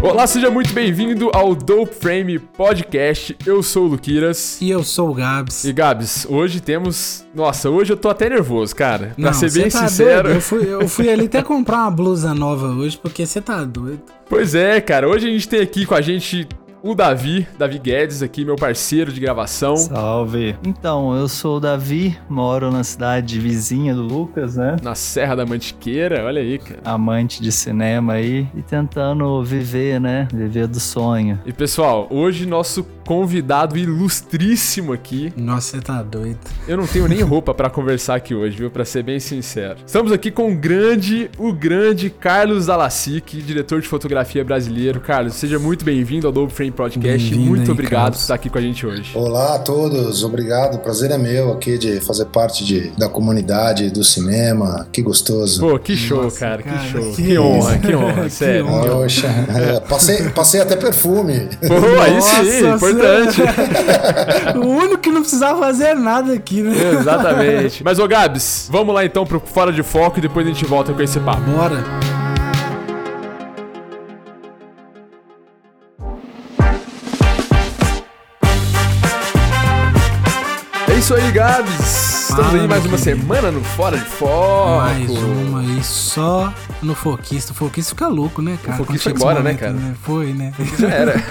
Olá, seja muito bem-vindo ao Dope Frame Podcast. Eu sou o Luquiras. E eu sou o Gabs. E Gabs, hoje temos... Nossa, hoje eu tô até nervoso, cara. Pra ser bem tá sincero... Eu fui ali até comprar uma blusa nova hoje, porque você tá doido. Pois é, cara. Hoje a gente tem aqui com a gente... O Davi Guedes aqui, meu parceiro de gravação. Salve. Então, eu sou o Davi, moro na cidade vizinha do Lucas, né? Na Serra da Mantiqueira, olha aí, cara. Amante de cinema aí e tentando viver, né? Viver do sonho. E pessoal, hoje nosso convidado ilustríssimo aqui. Nossa, você tá doido. Eu não tenho nem roupa pra conversar aqui hoje, viu? Pra ser bem sincero. Estamos aqui com o grande Carlos Zalassic, diretor de fotografia brasileiro. Carlos, seja muito bem-vindo ao Dope Frame Podcast. Bem-vindo muito aí, obrigado Carlos. por estar aqui com a gente hoje. Olá a todos, obrigado. O prazer é meu aqui de fazer parte da comunidade do cinema. Que gostoso. Pô, que show, Nossa, cara, cara, que show. que Que honra, isso. que honra, sério. Poxa, passei até perfume. Pô, aí Nossa, sim, importante. O único que não precisava fazer nada aqui, né? Exatamente. Mas, ô Gabs, vamos lá então pro Fora de Foco e depois a gente volta com esse papo. Bora. É isso aí, Gabs. Estamos Fala, aí mais meu uma querido. semana no Fora de Foco. Mais uma aí só no Foquista. O Foquista fica louco, né, cara? O Foquista Quando foi chega embora, esse né, momento, cara? Foi, né? Já era.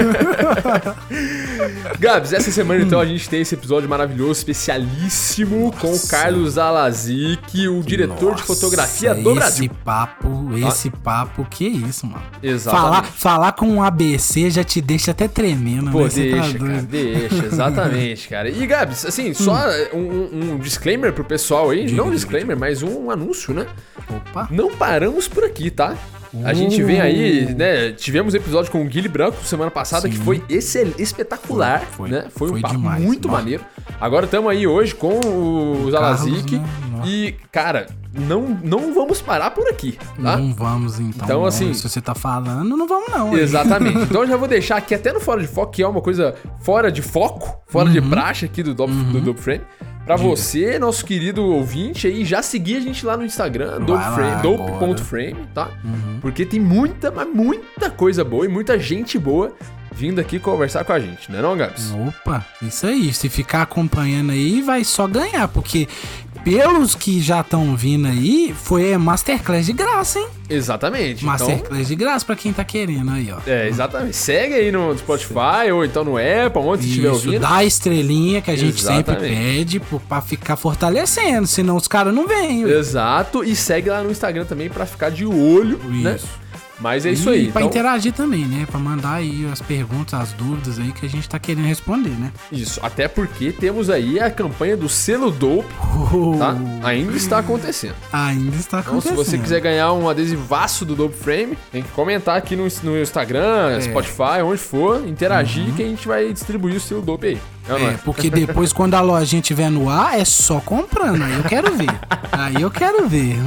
Gabs, essa semana então a gente tem esse episódio maravilhoso, especialíssimo, com o Carlos Zalassic, o diretor de fotografia do Brasil. Esse papo, que isso, mano? Exatamente. Falar com um ABC já te deixa até tremendo, Pô, né? Você tá deixa, cara, doido. deixa, exatamente, cara. E, Gabs, assim, só um disclaimer pro pessoal aí, Diga, não um diga, disclaimer, mas um anúncio, né? Opa. Não paramos por aqui, tá? A gente vem aí, né? Tivemos episódio com o Guilherme Branco semana passada, que foi espetacular, Foi. né? Foi um papo demais, muito mano. maneiro. Agora estamos aí hoje com o Zalassic. Carlos, né? E, cara, não vamos parar por aqui, tá? Não vamos, então. Então, né? assim- Se você tá falando, não vamos, não. hein? Exatamente. Então eu já vou deixar aqui até no Fora de Foco, que é uma coisa fora de foco, fora de praxe aqui do Dope Frame. Pra você, nosso querido ouvinte aí, já seguir a gente lá no Instagram, lá, dope.frame, tá? Porque tem muita, mas muita coisa boa e muita gente boa vindo aqui conversar com a gente, né não, Gabs? Opa, isso aí. Se ficar acompanhando aí, vai só ganhar, porque pelos que já estão vindo aí, foi Masterclass de graça, hein? Exatamente. Então, Masterclass de graça pra quem tá querendo aí, ó. exatamente. Segue aí no Spotify ou então no Apple, onde você estiver Isso, ouvindo. dá a estrelinha que a gente sempre Exatamente. pede pra ficar fortalecendo, senão os caras não vêm. ué. Exato. E segue lá no Instagram também pra ficar de olho, né? Isso. Mas é isso E aí. pra Então, interagir também, né? Pra mandar aí as perguntas, as dúvidas aí que a gente tá querendo responder, né? isso. Até porque temos aí a campanha do selo Dope, tá? Ainda está acontecendo. Ainda está Então, se acontecendo. você quiser ganhar um adesivaço do Dope Frame, tem que comentar aqui no Instagram, Spotify, onde for, interagir que a gente vai distribuir o selo Dope aí. Não, não É, porque depois quando a lojinha estiver no ar, é só comprando. Aí eu quero ver. Aí eu quero ver.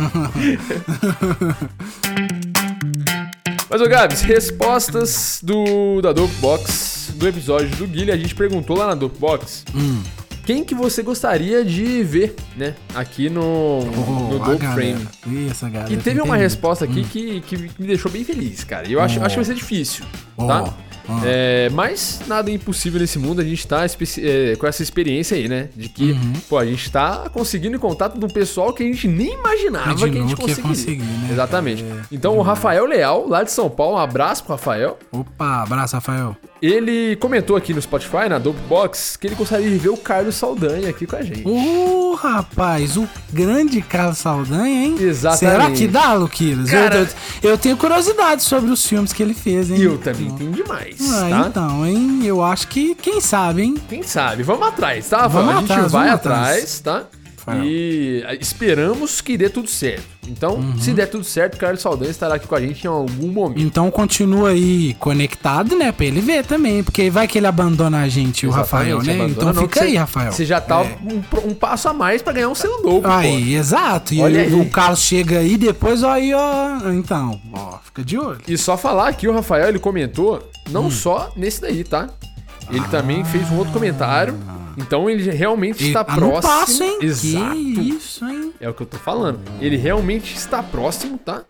Mas, ô Gabs, respostas da Dopebox, do episódio do Guilherme, a gente perguntou lá na Dopebox quem que você gostaria de ver, né, aqui no Dope Frame. Isso, galera. E teve uma resposta aqui que me deixou bem feliz, cara. E eu acho que vai ser difícil, tá? Mas nada é impossível nesse mundo. A gente tá com essa experiência aí, né? De que, pô, a gente tá conseguindo em contato de um pessoal que a gente nem imaginava que a gente que ia conseguiria. conseguir, né? Exatamente. Então o Rafael Leal, lá de São Paulo, um abraço pro Rafael. Opa, abraço, Rafael. Ele comentou aqui no Spotify, na Dopebox, que ele gostaria de ver o Carlos Saldanha aqui com a gente. Rapaz, o grande Carlos Saldanha, hein? Exatamente. Será que dá, Luquiras? Cara- Eu tenho curiosidade sobre os filmes que ele fez, hein? E eu também tenho demais, tá? Então, hein? Eu acho que, quem sabe, hein? Quem sabe? Vamos atrás, tá? Vamos a gente atrás, vai vamos atrás, tá? Rafael. E esperamos que dê tudo certo. Então, se der tudo certo, o Carlos Saldanha estará aqui com a gente em algum momento. Então continua aí conectado, né? Pra ele ver também. Porque vai que ele abandona a gente, o Rafael, né? Abandona, Então não, fica que aí, você- Rafael. Você já tá um passo a mais pra ganhar um selo Dope, pô. Aí, exato. E Olha aí, aí. o Carlos chega aí, depois aí, ó. Então, ó, fica de olho. E só falar que o Rafael, ele comentou, não só nesse daí, tá? Ele também fez um outro comentário. Então ele realmente está tá próximo. no passo, hein? Exato. Que isso, hein? É o que eu tô falando. Ele realmente está próximo, tá?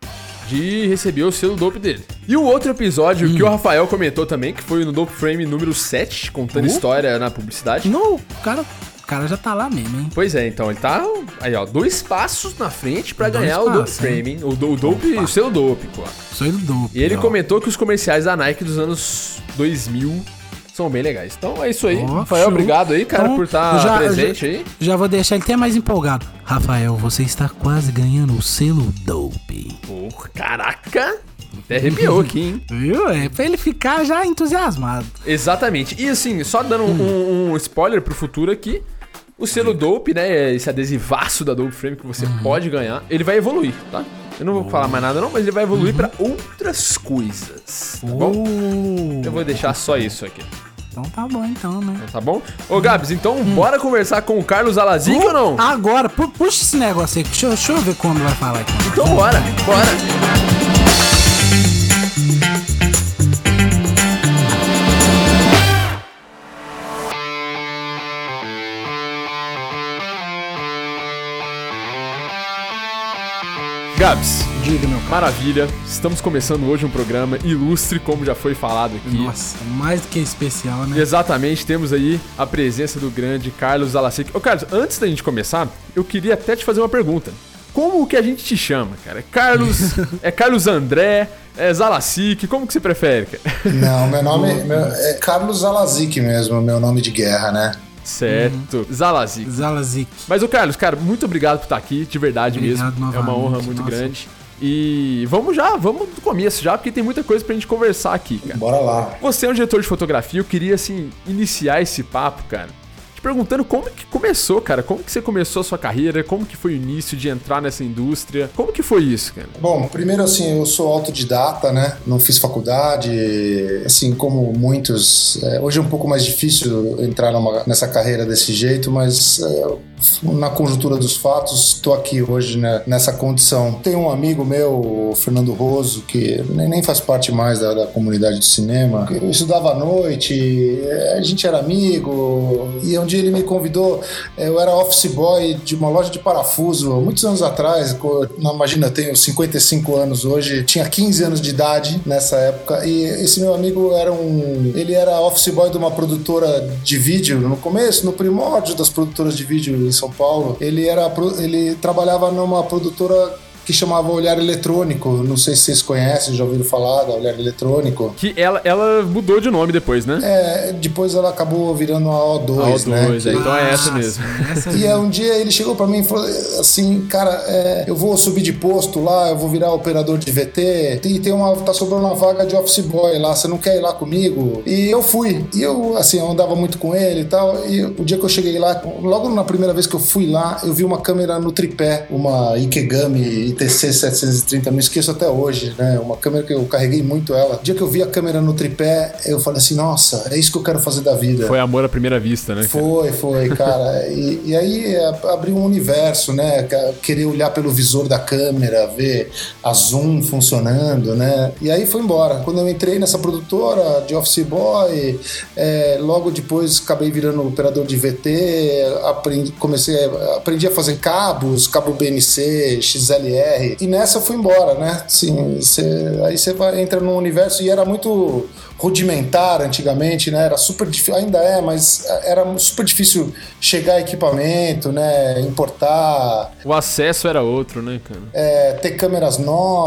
de receber o selo dope dele. E o outro episódio que o Rafael comentou também, que foi no Dope Frame número 7, contando história na publicidade. Não, o cara já tá lá mesmo, hein? Pois é, então ele tá aí, ó, 2 passos na frente pra ganhar o Dope Frame, hein? O Dope, o selo dope, pô. Selo dope. E ele comentou que os comerciais da Nike dos anos 2000 são bem legais. Então é isso aí. Rafael, show. Obrigado aí, cara, então, por estar presente aí. Já vou deixar ele até mais empolgado. Rafael, você está quase ganhando o selo dope. Porra, caraca! Até arrepiou aqui, hein? Viu? É pra ele ficar já entusiasmado. Exatamente. E assim, só dando um spoiler pro futuro aqui, o selo dope, né, esse adesivaço da Dope Frame que você pode ganhar, ele vai evoluir, tá? Eu não vou falar mais nada não, mas ele vai evoluir pra outras coisas, tá bom? Eu vou deixar só isso aqui. Então tá bom, então, né? Tá bom? Ô, Gabs, então bora conversar com o Carlos Alazik ou não? Agora, puxa esse negócio aí. Deixa eu ver quando vai falar aqui. Então bora. Gabs, diga, meu cara. Maravilha, estamos começando hoje um programa ilustre, como já foi falado aqui. Nossa, mais do que especial, né? Exatamente, temos aí a presença do grande Carlos Alazik. Ô Carlos, antes da gente começar, eu queria até te fazer uma pergunta. Como que a gente te chama, cara? Carlos, é Carlos André, é Zalazik, como que você prefere, cara? Não, meu nome é Carlos Zalazik mesmo, meu nome de guerra, né? Certo, Zalazik. Mas o Carlos, cara, muito obrigado por estar aqui, de verdade mesmo. É uma honra muito grande. E vamos do começo já, porque tem muita coisa pra gente conversar aqui, cara. Bora lá. Você é um diretor de fotografia, eu queria, assim, iniciar esse papo, cara, te perguntando como que começou, cara. Como que você começou a sua carreira? Como que foi o início de entrar nessa indústria? Como que foi isso, cara? Bom, primeiro assim, eu sou autodidata, né? Não fiz faculdade, assim como muitos. Hoje é um pouco mais difícil entrar nessa carreira desse jeito, mas na conjuntura dos fatos, estou aqui hoje, né, nessa condição. Tem um amigo meu, o Fernando Roso, que nem faz parte mais da comunidade de cinema. Eu estudava à noite, a gente era amigo, e um dia ele me convidou. Eu era office boy de uma loja de parafuso, muitos anos atrás. Imagina, eu tenho 55 anos hoje, tinha 15 anos de idade nessa época, e esse meu amigo ele era office boy de uma produtora de vídeo, no começo, no primórdio das produtoras de vídeo em São Paulo. Ele trabalhava numa produtora que chamava Olhar Eletrônico. Não sei se vocês conhecem, já ouviram falar da Olhar Eletrônico. Que ela mudou de nome depois, né? Depois ela acabou virando a O2, a O2, né? Então é essa mesmo. E um dia ele chegou pra mim e falou assim, cara, eu vou subir de posto lá, eu vou virar operador de VT, e tá sobrando uma vaga de office boy lá, você não quer ir lá comigo? E eu fui. E eu andava muito com ele e tal, e o dia que eu cheguei lá, logo na primeira vez que eu fui lá, eu vi uma câmera no tripé, uma Ikegami TC730, não esqueço até hoje, né? Uma câmera que eu carreguei muito ela. O dia que eu vi a câmera no tripé, eu falei assim, nossa, é isso que eu quero fazer da vida. Foi amor à primeira vista, né? Foi, cara. E aí abriu um universo, né? Querer olhar pelo visor da câmera, ver a zoom funcionando, né? E aí foi embora. Quando eu entrei nessa produtora de office boy, logo depois acabei virando operador de VT, aprendi a fazer cabos, cabo BNC, XLR, e nessa eu fui embora, né? Sim, aí você entra num universo, e era muito rudimentar antigamente, né? Era super difícil, ainda mas era super difícil chegar a equipamento, né? Importar. O acesso era outro, né, cara? Ter câmeras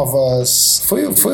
novas. Foi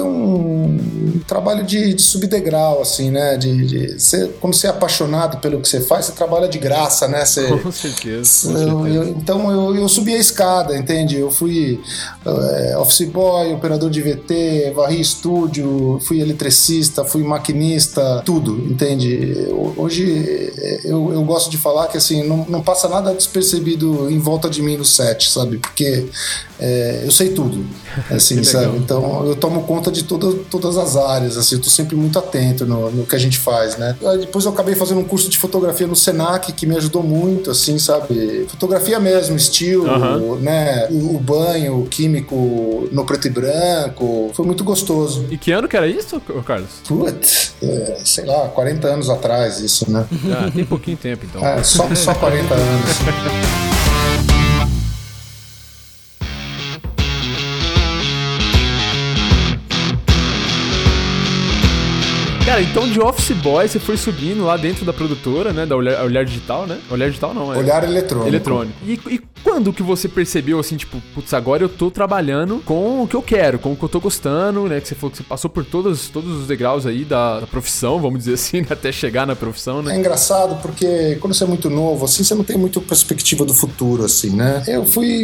um trabalho de subdegrau, assim, né? Quando você é apaixonado pelo que você faz, você trabalha de graça, né? Com certeza. Então eu subi a escada, entende? Eu fui office boy, operador de VT, varri estúdio, fui eletricista, fui maquinista, tudo, entende? Hoje eu gosto de falar que assim, não passa nada despercebido em volta de mim no set, sabe? Porque eu sei tudo, assim, sabe? Então eu tomo conta de todas as áreas, assim, eu tô sempre muito atento no que a gente faz, né? Depois eu acabei fazendo um curso de fotografia no Senac, que me ajudou muito, assim, sabe? Fotografia mesmo, estilo, né? O banho, o químico no preto e branco, foi muito gostoso. E que ano que era isso, Carlos? Putz, sei lá, 40 anos atrás isso, né? Tem pouquinho tempo, então. Só 40 anos. Cara, então de office boy você foi subindo lá dentro da produtora, né? Da Olhar Digital, né? Olhar Digital não, é... Olhar Eletrônico. E quando que você percebeu, assim, tipo, putz, agora eu tô trabalhando com o que eu quero, com o que eu tô gostando, né? Que você falou que você passou por todos os degraus aí da profissão, vamos dizer assim, né? Até chegar na profissão, né? É engraçado porque quando você é muito novo, assim, você não tem muita perspectiva do futuro, assim, né? Eu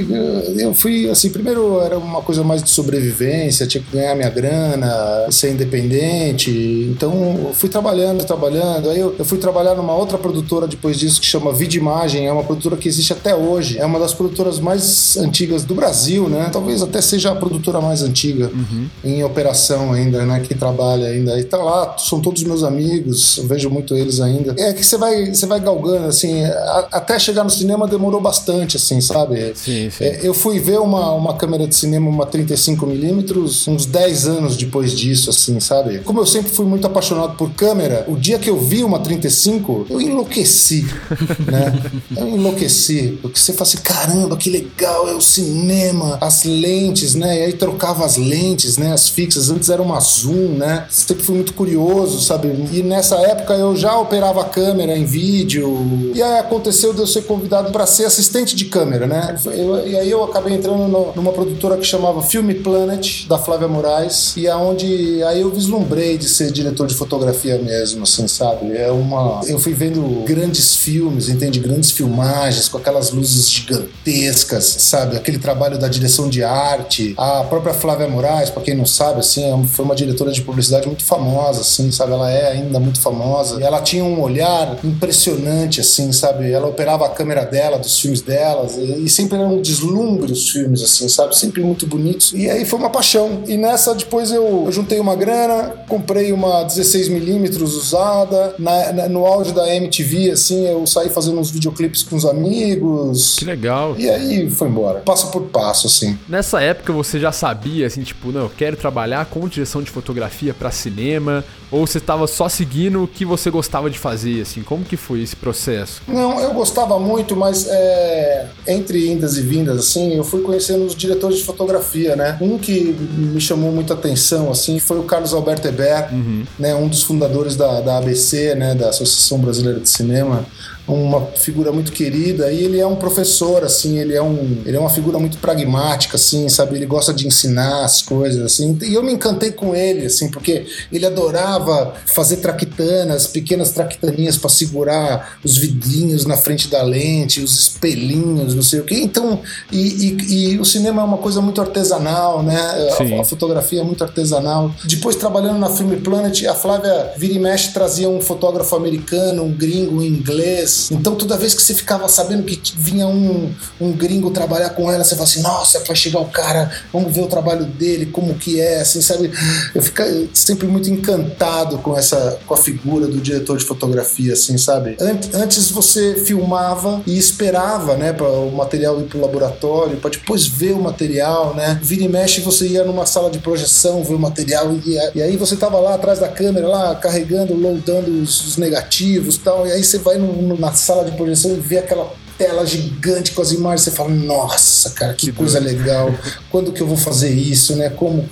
fui, assim, primeiro era uma coisa mais de sobrevivência, tinha que ganhar minha grana, ser independente, então eu fui trabalhando, aí eu fui trabalhar numa outra produtora depois disso que chama Vidimagem, é uma produtora que existe até hoje, é uma das produtoras mais antigas do Brasil, né? Talvez até seja a produtora mais antiga em operação ainda, né? Que trabalha ainda. E tá lá, são todos meus amigos, eu vejo muito eles ainda. É que você vai galgando, assim, até chegar no cinema demorou bastante, assim, sabe? Sim. Eu fui ver uma câmera de cinema, uma 35mm, uns 10 anos depois disso, assim, sabe? Como eu sempre fui muito apaixonado por câmera, o dia que eu vi uma 35, eu enlouqueci, né? Eu enlouqueci, porque você fala assim, caramba, que legal, é o cinema, as lentes, né? E aí trocava as lentes, né? As fixas, antes era uma zoom, né? Sempre fui muito curioso, sabe? E nessa época eu já operava a câmera em vídeo, e aí aconteceu de eu ser convidado para ser assistente de câmera, né? E aí eu acabei entrando numa produtora que chamava Film Planet, da Flávia Moraes, e aí eu vislumbrei de ser diretor de fotografia mesmo, assim, sabe? Eu fui vendo grandes filmes, entende? Grandes filmagens, com aquelas luzes gigantescas, sabe? Aquele trabalho da direção de arte. A própria Flávia Moraes, pra quem não sabe, assim, foi uma diretora de publicidade muito famosa, assim, sabe? Ela é ainda muito famosa. E ela tinha um olhar impressionante, assim, sabe? Ela operava a câmera dela, dos filmes dela, e sempre era um deslumbre os filmes, assim, sabe? Sempre muito bonitos. E aí foi uma paixão. E nessa, depois eu juntei uma grana, comprei uma 16mm usada, no auge da MTV, assim, eu saí fazendo uns videoclipes com os amigos. Que legal. E aí foi embora, passo por passo, assim. Nessa época você já sabia, assim, tipo, não, eu quero trabalhar com direção de fotografia pra cinema, ou você tava só seguindo o que você gostava de fazer, assim, como que foi esse processo? Não, eu gostava muito, mas entre indas e vindas, assim, eu fui conhecendo os diretores de fotografia, né? Um que me chamou muita atenção, assim, foi o Carlos Alberto Hébert, né? Um dos fundadores da ABC, né? Da Associação Brasileira de Cinema. Uma figura muito querida, e ele é um professor, assim, ele é uma figura muito pragmática, assim, sabe, ele gosta de ensinar as coisas, assim, e eu me encantei com ele, assim, porque ele adorava fazer traquitanas, pequenas traquitaninhas para segurar os vidrinhos na frente da lente, os espelhinhos, não sei o que, então, e o cinema é uma coisa muito artesanal, né, a fotografia é muito artesanal. Depois, trabalhando na Film Planet, a Flávia vira e mexe trazia um fotógrafo americano, um gringo, um inglês. Então toda vez que você ficava sabendo que vinha um gringo trabalhar com ela, você fala assim, nossa, vai chegar o cara, vamos ver o trabalho dele, como que é, assim, sabe? Eu ficava sempre muito encantado com a figura do diretor de fotografia, assim, sabe? Antes você filmava e esperava, né, para o material ir pro laboratório, para depois ver o material, né? Vira e mexe, você ia numa sala de projeção ver o material e aí você tava lá atrás da câmera, lá carregando, loadando os negativos e tal, e aí você vai na sala de projeção e vê aquela tela gigante com as imagens, você fala, nossa, cara, que coisa legal, quando que eu vou fazer isso, né, como,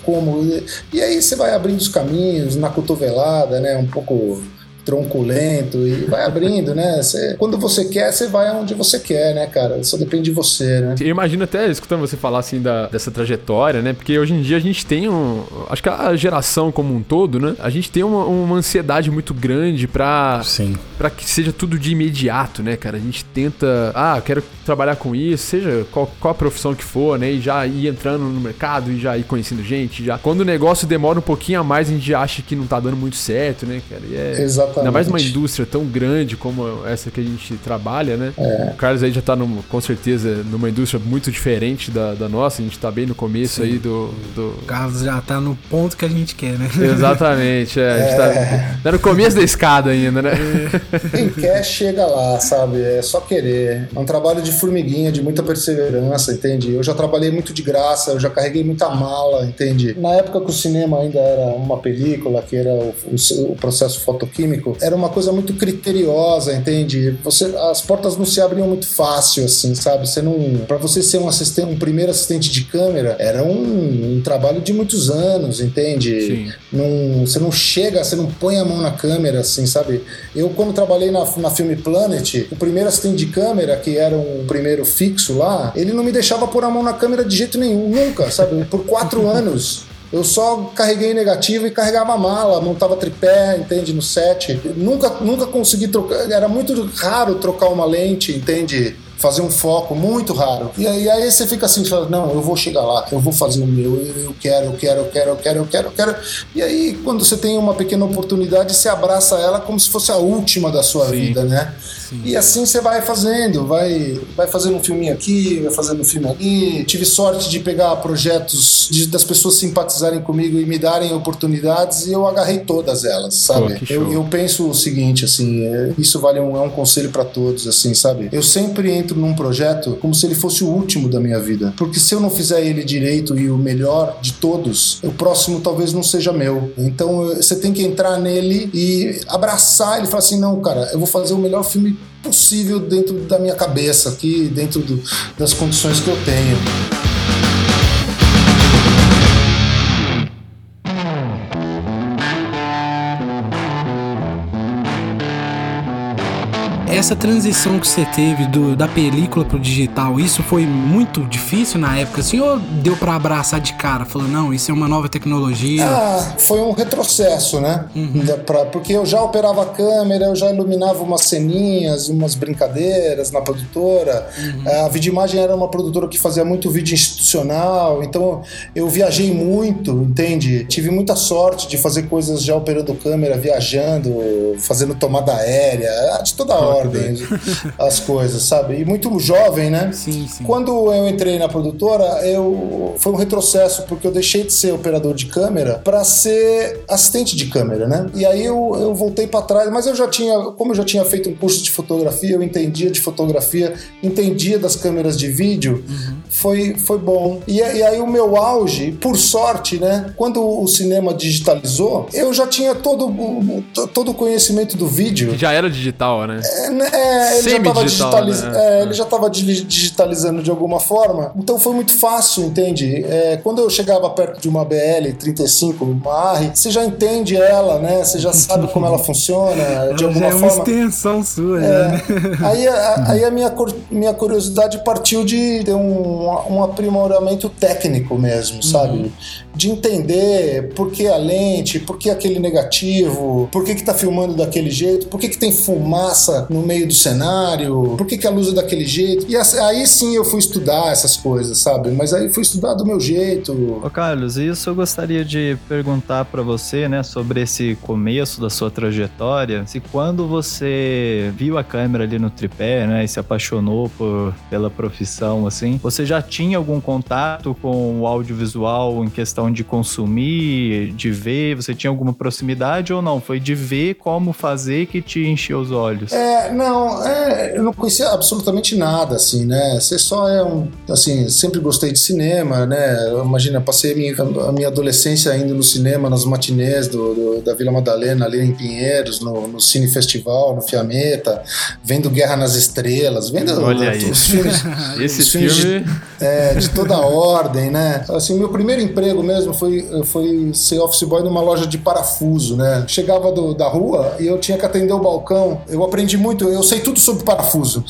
e aí você vai abrindo os caminhos na cotovelada, né, um pouco tronculento e vai abrindo, né? Quando você quer, você vai aonde você quer, né, cara? Só depende de você, né? Eu imagino até, escutando você falar assim dessa trajetória, né? Porque hoje em dia a gente tem acho que a geração como um todo, né? A gente tem uma ansiedade muito grande pra que seja tudo de imediato, né, cara? A gente tenta, quero trabalhar com isso, seja qual a profissão que for, né? E já ir entrando no mercado e já ir conhecendo gente, já. Quando o negócio demora um pouquinho a mais, a gente acha que não tá dando muito certo, né, cara? Exatamente. Ainda mais uma indústria tão grande como essa que a gente trabalha, né? O Carlos aí já tá, com certeza, numa indústria muito diferente da nossa. A gente tá bem no começo aí do... O Carlos já tá no ponto que a gente quer, né? Exatamente, a gente tá no começo da escada ainda, né? Quem quer, chega lá, sabe? É só querer. É um trabalho de formiguinha, de muita perseverança, entende? Eu já trabalhei muito de graça, eu já carreguei muita mala, entende? Na época que o cinema ainda era uma película, que era o processo fotoquímico, técnico, era uma coisa muito criteriosa, entende? As portas não se abriam muito fácil, assim, sabe? Pra você ser um primeiro assistente de câmera, era um trabalho de muitos anos, entende? Você não põe a mão na câmera, assim, sabe? Eu, quando trabalhei na Film Planet, o primeiro assistente de câmera, que era um primeiro fixo lá, ele não me deixava pôr a mão na câmera de jeito nenhum, nunca, sabe? Por 4 anos. Eu só carreguei negativo e carregava a mala, montava tripé, entende, no set. Nunca consegui trocar, era muito raro trocar uma lente, entende? Fazer um foco, muito raro. E aí você fica assim, fala, não, eu vou chegar lá, eu vou fazer o meu, eu quero. E aí, quando você tem uma pequena oportunidade, você abraça ela como se fosse a última da sua vida, né? Sim. E assim você vai fazendo, vai fazendo um filminho aqui, vai fazendo um filme ali. Tive sorte de pegar projetos das pessoas simpatizarem comigo e me darem oportunidades, e eu agarrei todas elas, sabe? Pô, eu penso o seguinte, assim, isso é um conselho pra todos, assim, sabe? Eu sempre entro num projeto como se ele fosse o último da minha vida, porque se eu não fizer ele direito e o melhor de todos, o próximo talvez não seja meu. Então você tem que entrar nele e abraçar ele e falar assim, não, cara, eu vou fazer o melhor filme possível dentro da minha cabeça aqui, dentro das condições que eu tenho. Essa transição que você teve da película pro digital, isso foi muito difícil na época, assim, ou deu pra abraçar de cara? Falou, não, isso é uma nova tecnologia? Foi um retrocesso, né? Porque eu já operava a câmera, eu já iluminava umas ceninhas, umas brincadeiras na produtora. A Videoimagem era uma produtora que fazia muito vídeo institucional, então eu viajei muito, entende? Tive muita sorte de fazer coisas já operando câmera, viajando, fazendo tomada aérea, de toda hora. As coisas, sabe? E muito jovem, né? Sim. Quando eu entrei na produtora, foi um retrocesso, porque eu deixei de ser operador de câmera para ser assistente de câmera, né? E aí eu voltei para trás, mas como eu já tinha feito um curso de fotografia, eu entendia de fotografia, entendia das câmeras de vídeo, foi bom. E aí o meu auge, por sorte, né? Quando o cinema digitalizou, eu já tinha todo o conhecimento do vídeo. Já era digital, né? Ele já estava digitalizando de alguma forma, então foi muito fácil, entende? Quando eu chegava perto de uma BL-35, uma ARRI, você já entende ela, né? Você já sabe como ela funciona, de alguma forma. É uma extensão sua, né? Aí a minha curiosidade partiu de ter um aprimoramento técnico mesmo, sabe? De entender por que a lente, por que aquele negativo, por que tá filmando daquele jeito, por que tem fumaça no meio do cenário, por que a luz é daquele jeito. E aí sim eu fui estudar essas coisas, sabe? Mas aí fui estudar do meu jeito. Ô Carlos, isso eu gostaria de perguntar pra você, né, sobre esse começo da sua trajetória, se quando você viu a câmera ali no tripé, né, e se apaixonou pela profissão, assim, você já tinha algum contato com o audiovisual em questão de consumir, de ver, você tinha alguma proximidade ou não? Foi de ver como fazer que te encheu os olhos? Eu não conhecia absolutamente nada, assim, né? Você só assim, sempre gostei de cinema, né? Imagina, passei a minha adolescência indo no cinema, nas matinês da Vila Madalena, ali em Pinheiros, no Cine Festival, no Fiametta, vendo Guerra nas Estrelas, vendo os filmes. Esse filme de toda a ordem, né? Assim, meu primeiro emprego mesmo foi ser office boy numa loja de parafuso, né? Chegava da rua e eu tinha que atender o balcão. Eu aprendi muito, eu sei tudo sobre parafuso.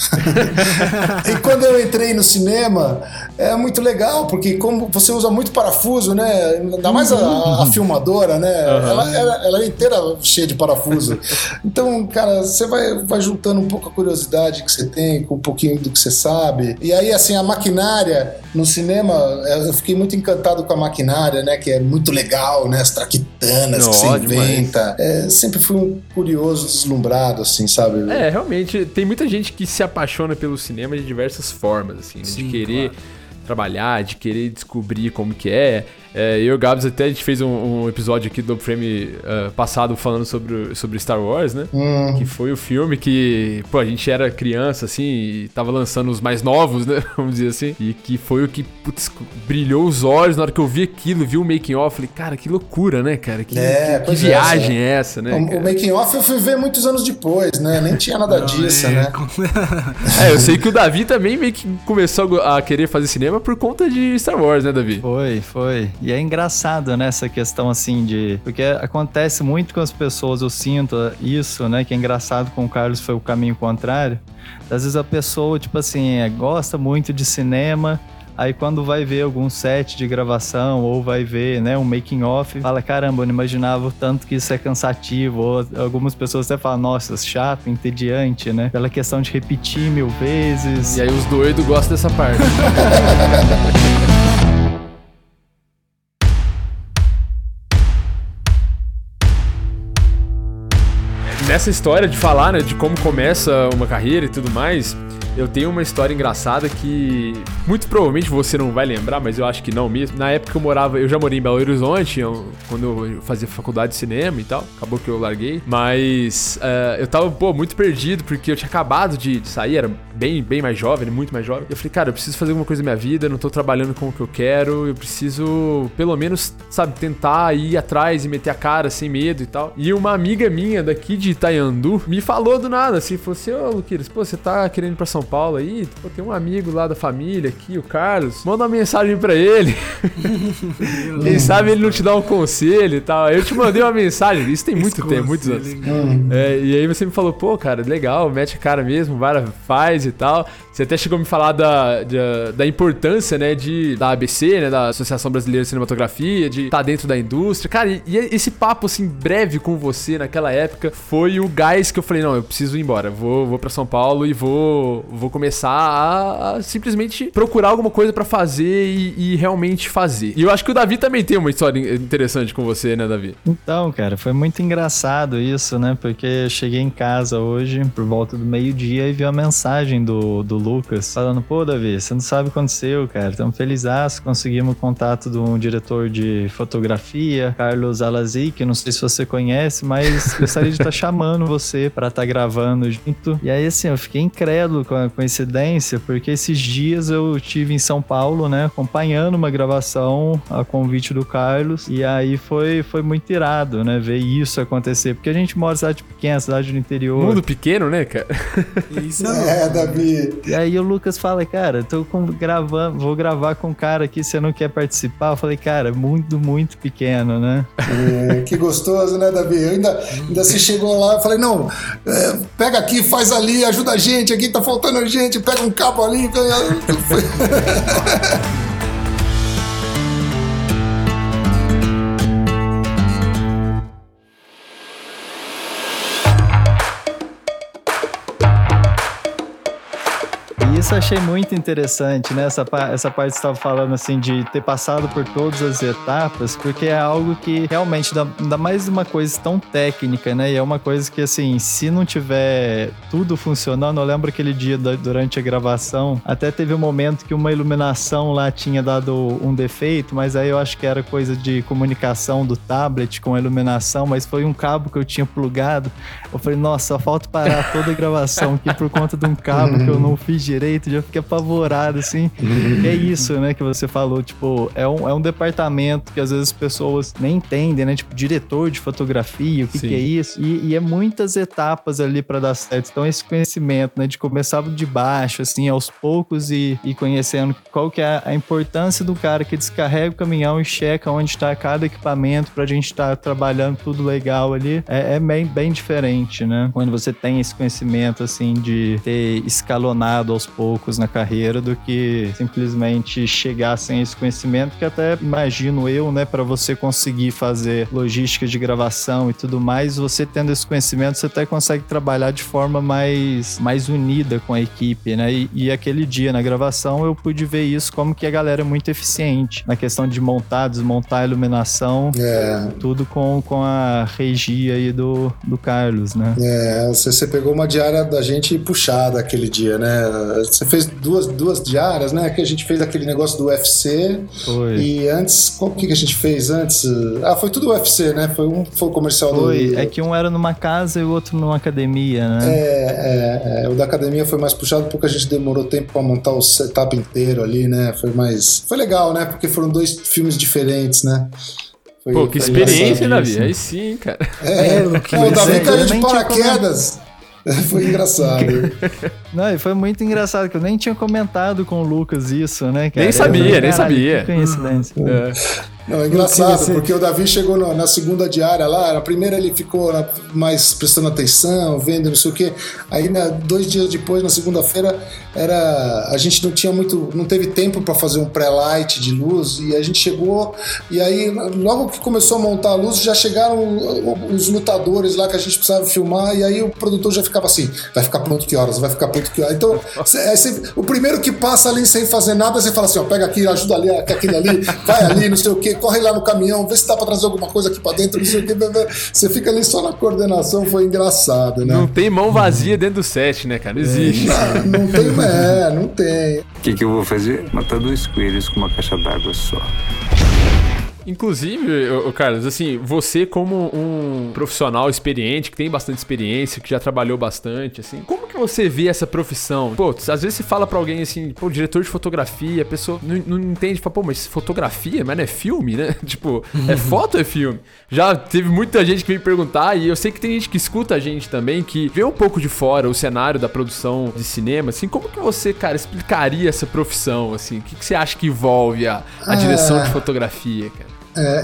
E quando eu entrei no cinema, é muito legal, porque como você usa muito parafuso, né? Ainda mais a filmadora, né? Ela é inteira cheia de parafuso. Então, cara, você vai juntando um pouco a curiosidade que você tem com um pouquinho do que você sabe. E aí, assim, a maquinária no cinema, eu fiquei muito encantado com a maquinária, né? Que é muito legal, né? As traquitanas que você inventa. Sempre fui um curioso, deslumbrado, assim, sabe? Realmente, tem muita gente que se apaixona pelo cinema de diversas formas, assim, né? De querer trabalhar, de querer descobrir como que é. eu e o Gabs até a gente fez um episódio aqui do Frame passado falando sobre Star Wars, né? Que foi o filme que, pô, a gente era criança, assim, e tava lançando os mais novos, né? Vamos dizer assim. E que foi o que, putz, brilhou os olhos na hora que eu vi aquilo, vi o making of. Falei, cara, que loucura, né, cara? Que viagem é essa, né? O making of eu fui ver muitos anos depois, né? Nem tinha nada disso, né? Eu sei que o Davi também meio que começou a querer fazer cinema por conta de Star Wars, né, Davi? Foi. E é engraçado, né, essa questão assim de... Porque acontece muito com as pessoas, eu sinto isso, né, que é engraçado com o Carlos foi o caminho contrário. Às vezes a pessoa, tipo assim, gosta muito de cinema, aí quando vai ver algum set de gravação ou vai ver, né, um making of, fala, caramba, eu não imaginava o tanto que isso é cansativo. Ou algumas pessoas até falam, nossa, chato, entediante, né? Pela questão de repetir 1000 vezes. E aí os doidos gostam dessa parte. Nessa história de falar, né, de como começa uma carreira e tudo mais, eu tenho uma história engraçada que muito provavelmente você não vai lembrar, mas eu acho que não mesmo. Na época eu já morei em Belo Horizonte, quando eu fazia faculdade de cinema e tal, acabou que eu larguei, mas eu tava, muito perdido, porque eu tinha acabado de sair, era bem mais jovem, muito mais jovem. Eu falei, cara, eu preciso fazer alguma coisa na minha vida, eu não tô trabalhando com o que eu quero, eu preciso, pelo menos, sabe, tentar ir atrás e meter a cara sem medo e tal. E uma amiga minha daqui de Itaiandu me falou do nada, assim, falou assim, ô Luqueiras, pô, você tá querendo ir pra São Paulo aí? Pô, tem um amigo lá da família aqui, o Carlos, manda uma mensagem pra ele. Quem sabe ele não te dá um conselho e tal. Aí eu te mandei uma mensagem, isso tem muito tempo, muitos anos. E aí você me falou, pô, cara, legal, mete a cara mesmo, faz e tal. Você até chegou a me falar da importância, né, da ABC, né, da Associação Brasileira de Cinematografia, de estar dentro da indústria. Cara, e esse papo, assim, breve com você naquela época foi o gás que eu falei, não, eu preciso ir embora, vou pra São Paulo e vou começar a simplesmente procurar alguma coisa pra fazer e realmente fazer. E eu acho que o Davi também tem uma história interessante com você, né, Davi? Então, cara, foi muito engraçado isso, né, porque eu cheguei em casa hoje, por volta do meio-dia, e vi a mensagem do Lucas, falando, pô, Davi, você não sabe o que aconteceu, cara, estamos felizaços, conseguimos o contato de um diretor de fotografia, Carlos Alazi, que não sei se você conhece, mas gostaria de estar chamando você pra estar gravando junto. E aí, assim, eu fiquei incrédulo com a coincidência, porque esses dias eu estive em São Paulo, né, acompanhando uma gravação a convite do Carlos, e aí foi muito irado, né, ver isso acontecer, porque a gente mora em cidade pequena, cidade do interior. Mundo pequeno, né, cara? Isso Davi. E aí o Lucas fala, cara, vou gravar com um cara aqui, você não quer participar? Eu falei, cara, muito pequeno, né? Que gostoso, né, Davi? Ainda você chegou lá, eu falei, não, pega aqui, faz ali, ajuda a gente, aqui tá faltando gente, pega um cabo ali. Isso eu achei muito interessante, né? Essa parte que você estava falando, assim, de ter passado por todas as etapas, porque é algo que realmente dá mais uma coisa tão técnica, né? E é uma coisa que, assim, se não tiver tudo funcionando, eu lembro aquele dia durante a gravação, até teve um momento que uma iluminação lá tinha dado um defeito, mas aí eu acho que era coisa de comunicação do tablet com a iluminação, mas foi um cabo que eu tinha plugado. Eu falei, nossa, só falta parar toda a gravação aqui por conta de um cabo que eu não fiz direito. Já fiquei apavorado, assim. E é isso, né, que você falou, tipo, é um departamento que às vezes as pessoas nem entendem, né, tipo, diretor de fotografia, o que é isso, e é muitas etapas ali pra dar certo. Então esse conhecimento, né, de começar de baixo, assim, aos poucos e conhecendo qual que é a importância do cara que descarrega o caminhão e checa onde está cada equipamento pra gente estar trabalhando tudo legal ali, é bem diferente, né, quando você tem esse conhecimento, assim, de ter escalonado aos poucos na carreira do que simplesmente chegar sem esse conhecimento, que até imagino eu, né, para você conseguir fazer logística de gravação e tudo mais, você tendo esse conhecimento, você até consegue trabalhar de forma mais unida com a equipe, né, e aquele dia na gravação eu pude ver isso, como que a galera é muito eficiente na questão de montar, desmontar a iluminação, tudo com a regia aí do Carlos, né. Você pegou uma diária da gente puxada aquele dia, né. Você fez duas diárias, né? Que a gente fez aquele negócio do UFC. Foi. E antes, o que a gente fez antes? Foi tudo UFC, né? Foi o comercial do... É que um era numa casa e o outro numa academia, né? O da academia foi mais puxado porque a gente demorou tempo pra montar o setup inteiro ali, né? Foi legal, né? Porque foram 2 filmes diferentes, né? Pô, que experiência, Davi. Aí sim, cara. O Davi caiu de paraquedas. Foi engraçado. Não, e foi muito engraçado, que eu nem tinha comentado com o Lucas isso, né, cara? Nem sabia. Que coincidência. Não, é engraçado, porque o Davi chegou na segunda diária lá, na primeira ele ficou mais prestando atenção, vendo não sei o quê. Aí, 2 dias depois, na segunda-feira, a gente não teve tempo para fazer um pré-light de luz, e a gente chegou, e aí, logo que começou a montar a luz, já chegaram os lutadores lá que a gente precisava filmar, e aí o produtor já ficava assim, vai ficar pronto que horas? Vai ficar pronto que horas? Então, o primeiro que passa ali sem fazer nada, você fala assim, ó, pega aqui, ajuda ali, aquele ali, vai ali, não sei o quê, corre lá no caminhão, vê se dá pra trazer alguma coisa aqui pra dentro, não sei o que, você fica ali só na coordenação, foi engraçado, né? Não tem mão vazia dentro do set, né, cara? Não existe. Não tem. O que eu vou fazer? Matar 2 coelhos com uma caixa d'água só. Inclusive, Carlos, assim, você como um profissional experiente, que tem bastante experiência, que já trabalhou bastante, assim, como que você vê essa profissão? Pô, às vezes você fala pra alguém assim, pô, diretor de fotografia, a pessoa não entende, fala, pô, mas fotografia, mas não é filme, né? Tipo, é foto ou é filme? Já teve muita gente que veio perguntar, e eu sei que tem gente que escuta a gente também, que vê um pouco de fora o cenário da produção de cinema, assim, como que você, cara, explicaria essa profissão, assim? O que você acha que envolve a direção de fotografia, cara?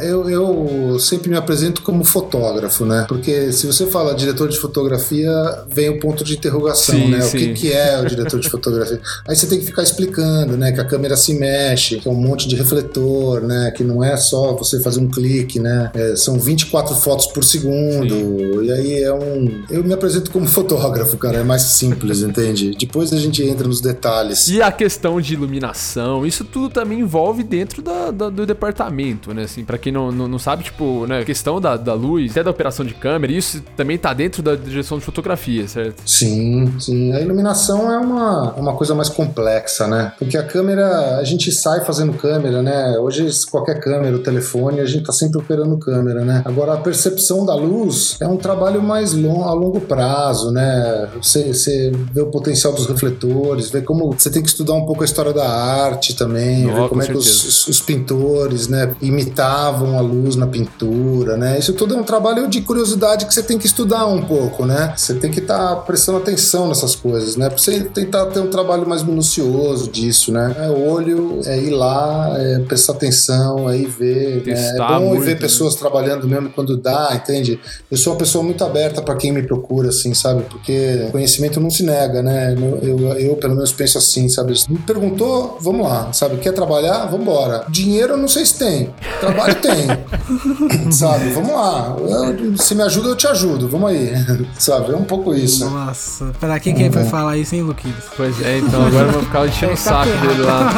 Eu sempre me apresento como fotógrafo, né? Porque se você fala diretor de fotografia, vem o ponto de interrogação, sim, né? Sim. O que é o diretor de fotografia? Aí você tem que ficar explicando, né? Que a câmera se mexe, que é um monte de refletor, né? Que não é só você fazer um clique, né? São 24 fotos por segundo. Sim. E aí eu me apresento como fotógrafo, cara. É mais simples, entende? Depois a gente entra nos detalhes. E a questão de iluminação, isso tudo também envolve dentro do departamento, né? Assim, pra quem não sabe, tipo, né, a questão da luz, até da operação de câmera, isso também tá dentro da direção de fotografia, certo? Sim. A iluminação é uma coisa mais complexa, né? Porque a câmera, a gente sai fazendo câmera, né? Hoje, qualquer câmera, o telefone, a gente tá sempre operando câmera, né? Agora, a percepção da luz é um trabalho mais a longo prazo, né? Você vê o potencial dos refletores, vê como você tem que estudar um pouco a história da arte também, ver como é que os pintores, né, imitavam a luz na pintura, né? Isso tudo é um trabalho de curiosidade que você tem que estudar um pouco, né? Você tem que estar prestando atenção nessas coisas, né? Pra você tentar ter um trabalho mais minucioso disso, né? O olho é ir lá, prestar atenção, aí ver, né? É bom muito, ver pessoas trabalhando mesmo quando dá, entende? Eu sou uma pessoa muito aberta pra quem me procura, assim, sabe? Porque conhecimento não se nega, né? Eu pelo menos penso assim, sabe? Me perguntou, vamos lá, sabe? Quer trabalhar? Vambora. Dinheiro eu não sei se tem. Trabalho tem, sabe? Vamos lá. Se me ajuda, eu te ajudo. Vamos aí, sabe? É um pouco isso. Nossa, pra quem foi falar isso, hein, Luquinhos? Pois é, então agora eu vou ficar enchendo o saco dele lá.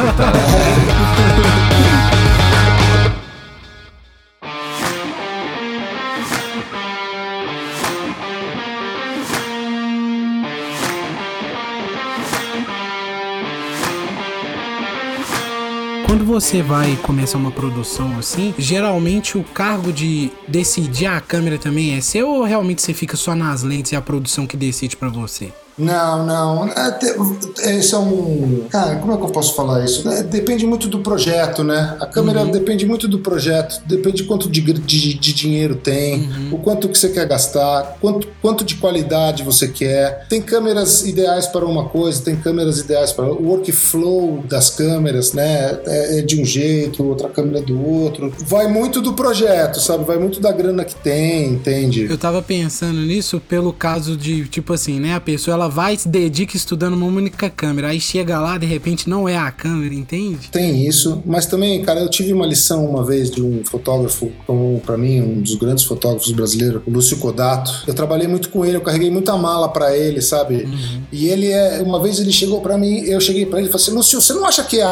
Quando você vai começar uma produção assim, geralmente o cargo de decidir a câmera também é seu, ou realmente você fica só nas lentes e a produção que decide pra você? Não. Esse é um... Cara, como é que eu posso falar isso? Depende muito do projeto, né? A câmera depende muito do projeto, depende de quanto de dinheiro tem, o quanto que você quer gastar, quanto de qualidade você quer. Tem câmeras ideais para uma coisa, tem câmeras ideais para... O workflow das câmeras, né? É de um jeito, outra câmera do outro. Vai muito do projeto, sabe? Vai muito da grana que tem, entende? Eu tava pensando nisso pelo caso de, tipo assim, né? A pessoa, ela vai e se dedica estudando uma única câmera, aí chega lá, de repente não é a câmera, entende? Tem isso, mas também, cara, eu tive uma lição uma vez de um fotógrafo, como pra mim, um dos grandes fotógrafos brasileiros, o Lúcio Codato. Eu trabalhei muito com ele, eu carreguei muita mala pra ele, sabe? E ele uma vez ele chegou pra mim, eu cheguei pra ele e falei assim, Lúcio, você não acha que a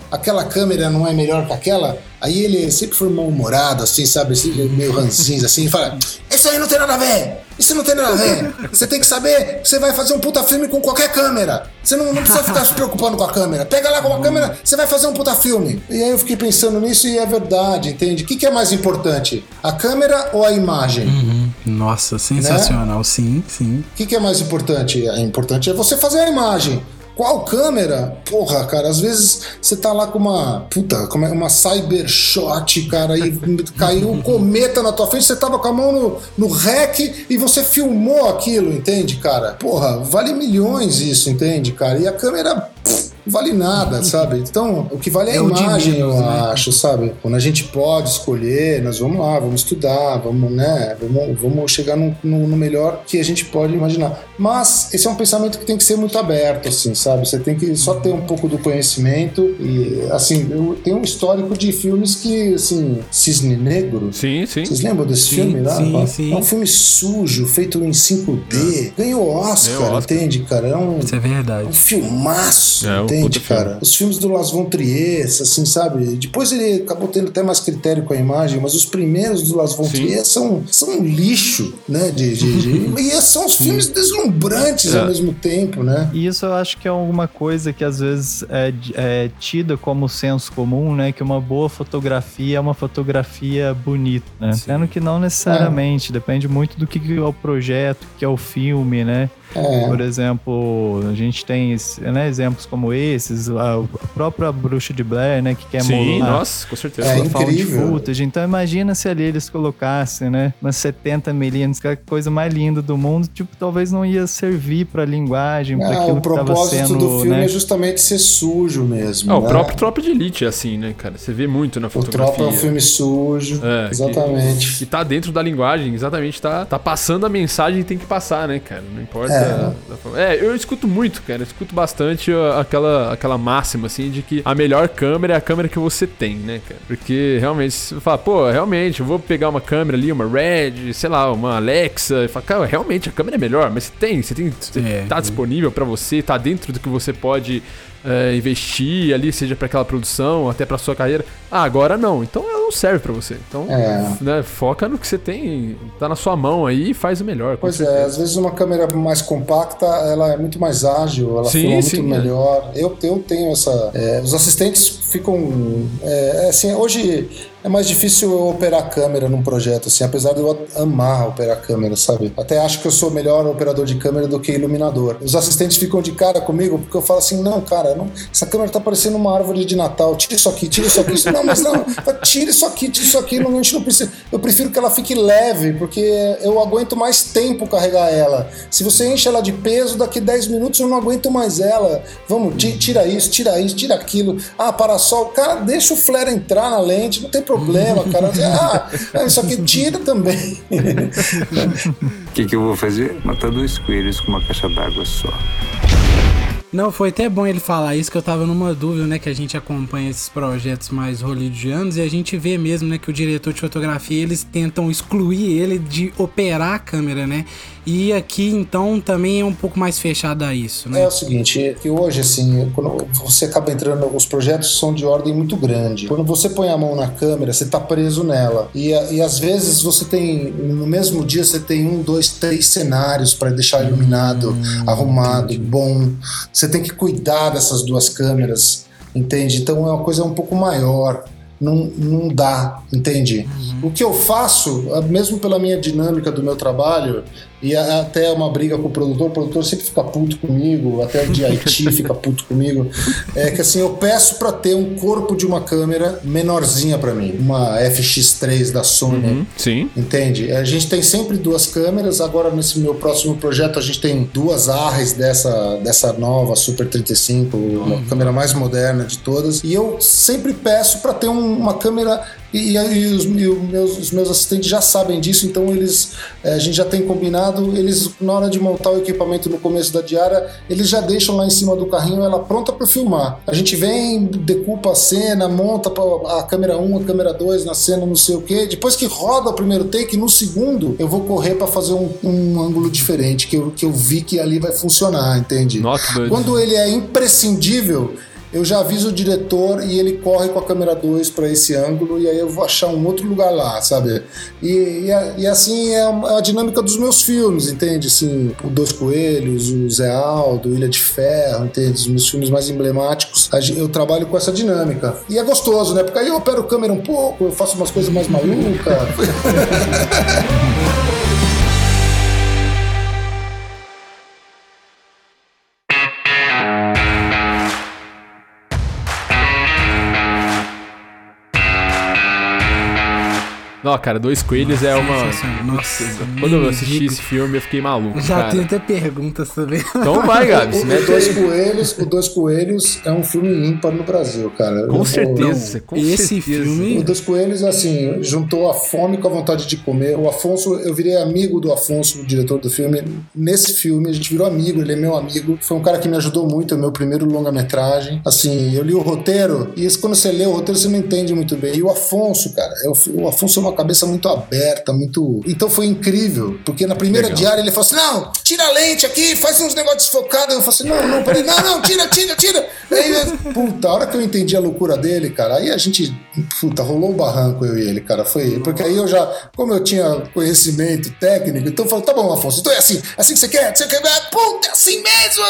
aquela câmera não é melhor que aquela, aí ele sempre foi mal-humorado, assim, sabe, assim, meio ranzinza, assim, e fala, isso aí não tem nada a ver, isso não tem nada a ver, você tem que saber, você vai fazer um puta filme com qualquer câmera, você não precisa ficar se preocupando com a câmera, pega lá com a câmera, você vai fazer um puta filme. E aí eu fiquei pensando nisso e é verdade, entende? O que é mais importante, a câmera ou a imagem? Nossa, sensacional, né? Sim. O que é mais importante? O importante é você fazer a imagem. Qual câmera? Porra, cara, às vezes você tá lá com uma Cybershot, cara, e caiu um cometa na tua frente, você tava com a mão no REC e você filmou aquilo, entende, cara? Porra, vale milhões isso, entende, cara? E a câmera... vale nada, sabe? Então, o que vale é a imagem, eu acho, sabe? Quando a gente pode escolher, nós vamos lá, vamos estudar, vamos, né? Vamos chegar no melhor que a gente pode imaginar. Mas esse é um pensamento que tem que ser muito aberto, assim, sabe? Você tem que só ter um pouco do conhecimento e, assim, eu tenho um histórico de filmes que, assim, Cisne Negro. Sim. Vocês lembram desse filme lá? Sim. É um filme sujo, feito em 5D. Ganhou Oscar, entende, cara? Isso é verdade. É um filmaço, entende, cara? Os filmes do Lars von Trier, assim, sabe? Depois ele acabou tendo até mais critério com a imagem, mas os primeiros do Lars von Trier são um lixo, né? E são os filmes deslumbrantes ao mesmo tempo, né? E isso eu acho que é alguma coisa que às vezes é tida como senso comum, né? Que uma boa fotografia é uma fotografia bonita, né? Sendo que não necessariamente, depende muito do que é o projeto, que é o filme, né? Por exemplo, a gente tem exemplos como esses, a própria Bruxa de Blair, né, que quer molar. Nossa, com certeza. É incrível. Footage. Então imagina se ali eles colocassem, né, umas 70mm, que é a coisa mais linda do mundo, tipo, talvez não ia servir pra linguagem, pra aquilo que tava sendo... O propósito do filme é justamente ser sujo mesmo, O próprio Tropa de Elite é assim, né, cara? Você vê muito na fotografia. O Tropa é um filme sujo, exatamente. Que tá dentro da linguagem, exatamente, tá passando a mensagem que tem que passar, né, cara? Não importa... eu escuto muito, cara. Eu escuto bastante aquela máxima, assim, de que a melhor câmera é a câmera que você tem, né, cara? Porque realmente, você fala, realmente, eu vou pegar uma câmera ali, uma Red, sei lá, uma Alexa, e fala, cara, realmente a câmera é melhor, mas tá disponível pra você, tá dentro do que você pode investir ali, seja pra aquela produção, até pra sua carreira. Agora não, então ela não serve pra você. Então, né, foca no que você tem, tá na sua mão aí e faz o melhor. Pois às vezes uma câmera mais compacta, ela é muito mais ágil, ela filma muito melhor. Eu tenho essa... os assistentes ficam... assim, hoje é mais difícil eu operar a câmera num projeto, assim, apesar de eu amar operar a câmera, sabe? Até acho que eu sou melhor operador de câmera do que iluminador. Os assistentes ficam de cara comigo porque eu falo assim, não, cara, essa câmera tá parecendo uma árvore de Natal, tira isso aqui. Não, mas não, tira isso aqui, a gente não precisa. Eu prefiro que ela fique leve, porque eu aguento mais tempo carregar ela. Se você enche ela de peso, daqui 10 minutos eu não aguento mais ela. Vamos, tira isso, tira aquilo. Parasol, cara, deixa o flare entrar na lente, não tem problema, cara. Isso aqui tira também. O que eu vou fazer? Matar 2 coelhos com uma caixa d'água só. Não, foi até bom ele falar isso, que eu tava numa dúvida, né, que a gente acompanha esses projetos mais hollywoodianos e a gente vê mesmo, né, que o diretor de fotografia, eles tentam excluir ele de operar a câmera, né, e aqui, então, também é um pouco mais fechado a isso, né. É o seguinte, que hoje, assim, quando você acaba entrando, os projetos são de ordem muito grande. Quando você põe a mão na câmera, você tá preso nela. E às vezes você tem, no mesmo dia, você tem 1, 2, 3 cenários para deixar iluminado, arrumado, bom. Você tem que cuidar dessas 2 câmeras, entende? Então é uma coisa um pouco maior, não dá, entende? O que eu faço, mesmo pela minha dinâmica do meu trabalho, e até uma briga com o produtor sempre fica puto comigo, até o de Haiti fica puto comigo, é que assim, eu peço pra ter um corpo de uma câmera menorzinha pra mim, uma FX3 da Sony, sim. Entende? A gente tem sempre 2 câmeras, agora nesse meu próximo projeto a gente tem 2 Arris dessa nova Super 35, a câmera mais moderna de todas, e eu sempre peço pra ter uma câmera. E os meus assistentes já sabem disso, então a gente já tem combinado, eles na hora de montar o equipamento no começo da diária, eles já deixam lá em cima do carrinho ela pronta para filmar. A gente vem, decupa a cena, monta a câmera 1, a câmera 2 na cena, não sei o que. Depois que roda o primeiro take, no segundo eu vou correr para fazer um ângulo diferente, que eu vi que ali vai funcionar, entende? Nossa, quando ele é imprescindível, eu já aviso o diretor e ele corre com a câmera 2 para esse ângulo e aí eu vou achar um outro lugar lá, sabe? E assim é a dinâmica dos meus filmes, entende? Assim, o Dois Coelhos, o Zé Aldo, Ilha de Ferro, entende? Os meus filmes mais emblemáticos, eu trabalho com essa dinâmica. E é gostoso, né? Porque aí eu opero câmera um pouco, eu faço umas coisas mais malucas. Não, cara, Dois Coelhos é uma... Nossa, quando eu assisti esse filme, eu fiquei maluco, já cara. tem até perguntas também. Então vai, Gabi. O Dois Coelhos é um filme ímpar no Brasil, cara. Com certeza, com esse certeza. filme... O Dois Coelhos, assim, juntou a fome com a vontade de comer. O Afonso, eu virei amigo do Afonso, o diretor do filme. Nesse filme, a gente virou amigo, ele é meu amigo. Foi um cara que me ajudou muito, é o meu primeiro longa-metragem. Assim, eu li o roteiro, e quando você lê o roteiro, você não entende muito bem. E o Afonso, cara, o Afonso é uma cabeça muito aberta, muito... Então foi incrível, porque na primeira diária ele falou assim, não, tira a lente aqui, faz uns negócios desfocados. Eu falei assim, não, peraí, não, tira. Aí, puta, a hora que eu entendi a loucura dele, cara, aí a gente, puta, rolou um barranco eu e ele, cara, foi... Porque aí eu já, como eu tinha conhecimento técnico, então eu falei, tá bom, Afonso, então é assim que você quer? Puta, é assim mesmo,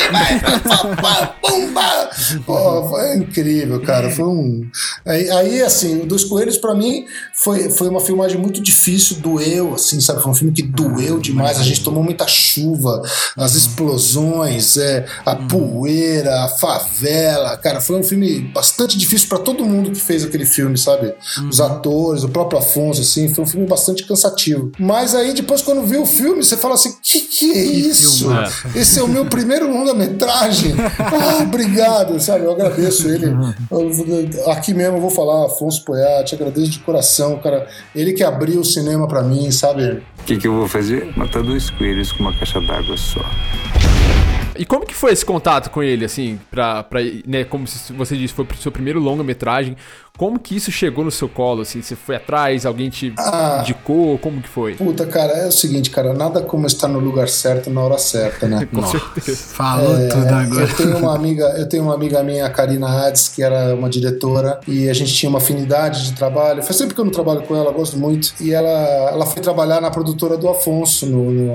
vai, pumba. Oh, foi incrível, cara, foi um... Aí assim, o Dois Coelhos pra mim foi uma filmagem muito difícil, doeu, assim, sabe? Foi um filme que doeu demais, a gente tomou muita chuva, as explosões, a poeira, a favela, cara, foi um filme bastante difícil pra todo mundo que fez aquele filme, sabe? Os atores, o próprio Afonso, assim, foi um filme bastante cansativo. Mas aí, depois, quando viu o filme, você fala assim, que é isso? Esse é o meu primeiro longa-metragem. Obrigado, sabe? Eu agradeço ele. Aqui mesmo eu vou falar, Afonso Poiat, te agradeço de coração, cara. Ele que abriu o cinema pra mim, sabe? O que eu vou fazer? Matar 2 coelhos com uma caixa d'água só. E como que foi esse contato com ele, assim, né, como você disse, foi pro seu primeiro longa-metragem, como que isso chegou no seu colo, assim, você foi atrás, alguém te indicou, como que foi? Puta, cara, é o seguinte, cara, nada como estar no lugar certo na hora certa, né? Com certeza. Falou tudo agora. Eu tenho uma amiga minha, a Karina Hades, que era uma diretora, e a gente tinha uma afinidade de trabalho, faz tempo que eu não trabalho com ela, gosto muito, e ela foi trabalhar na produtora do Afonso,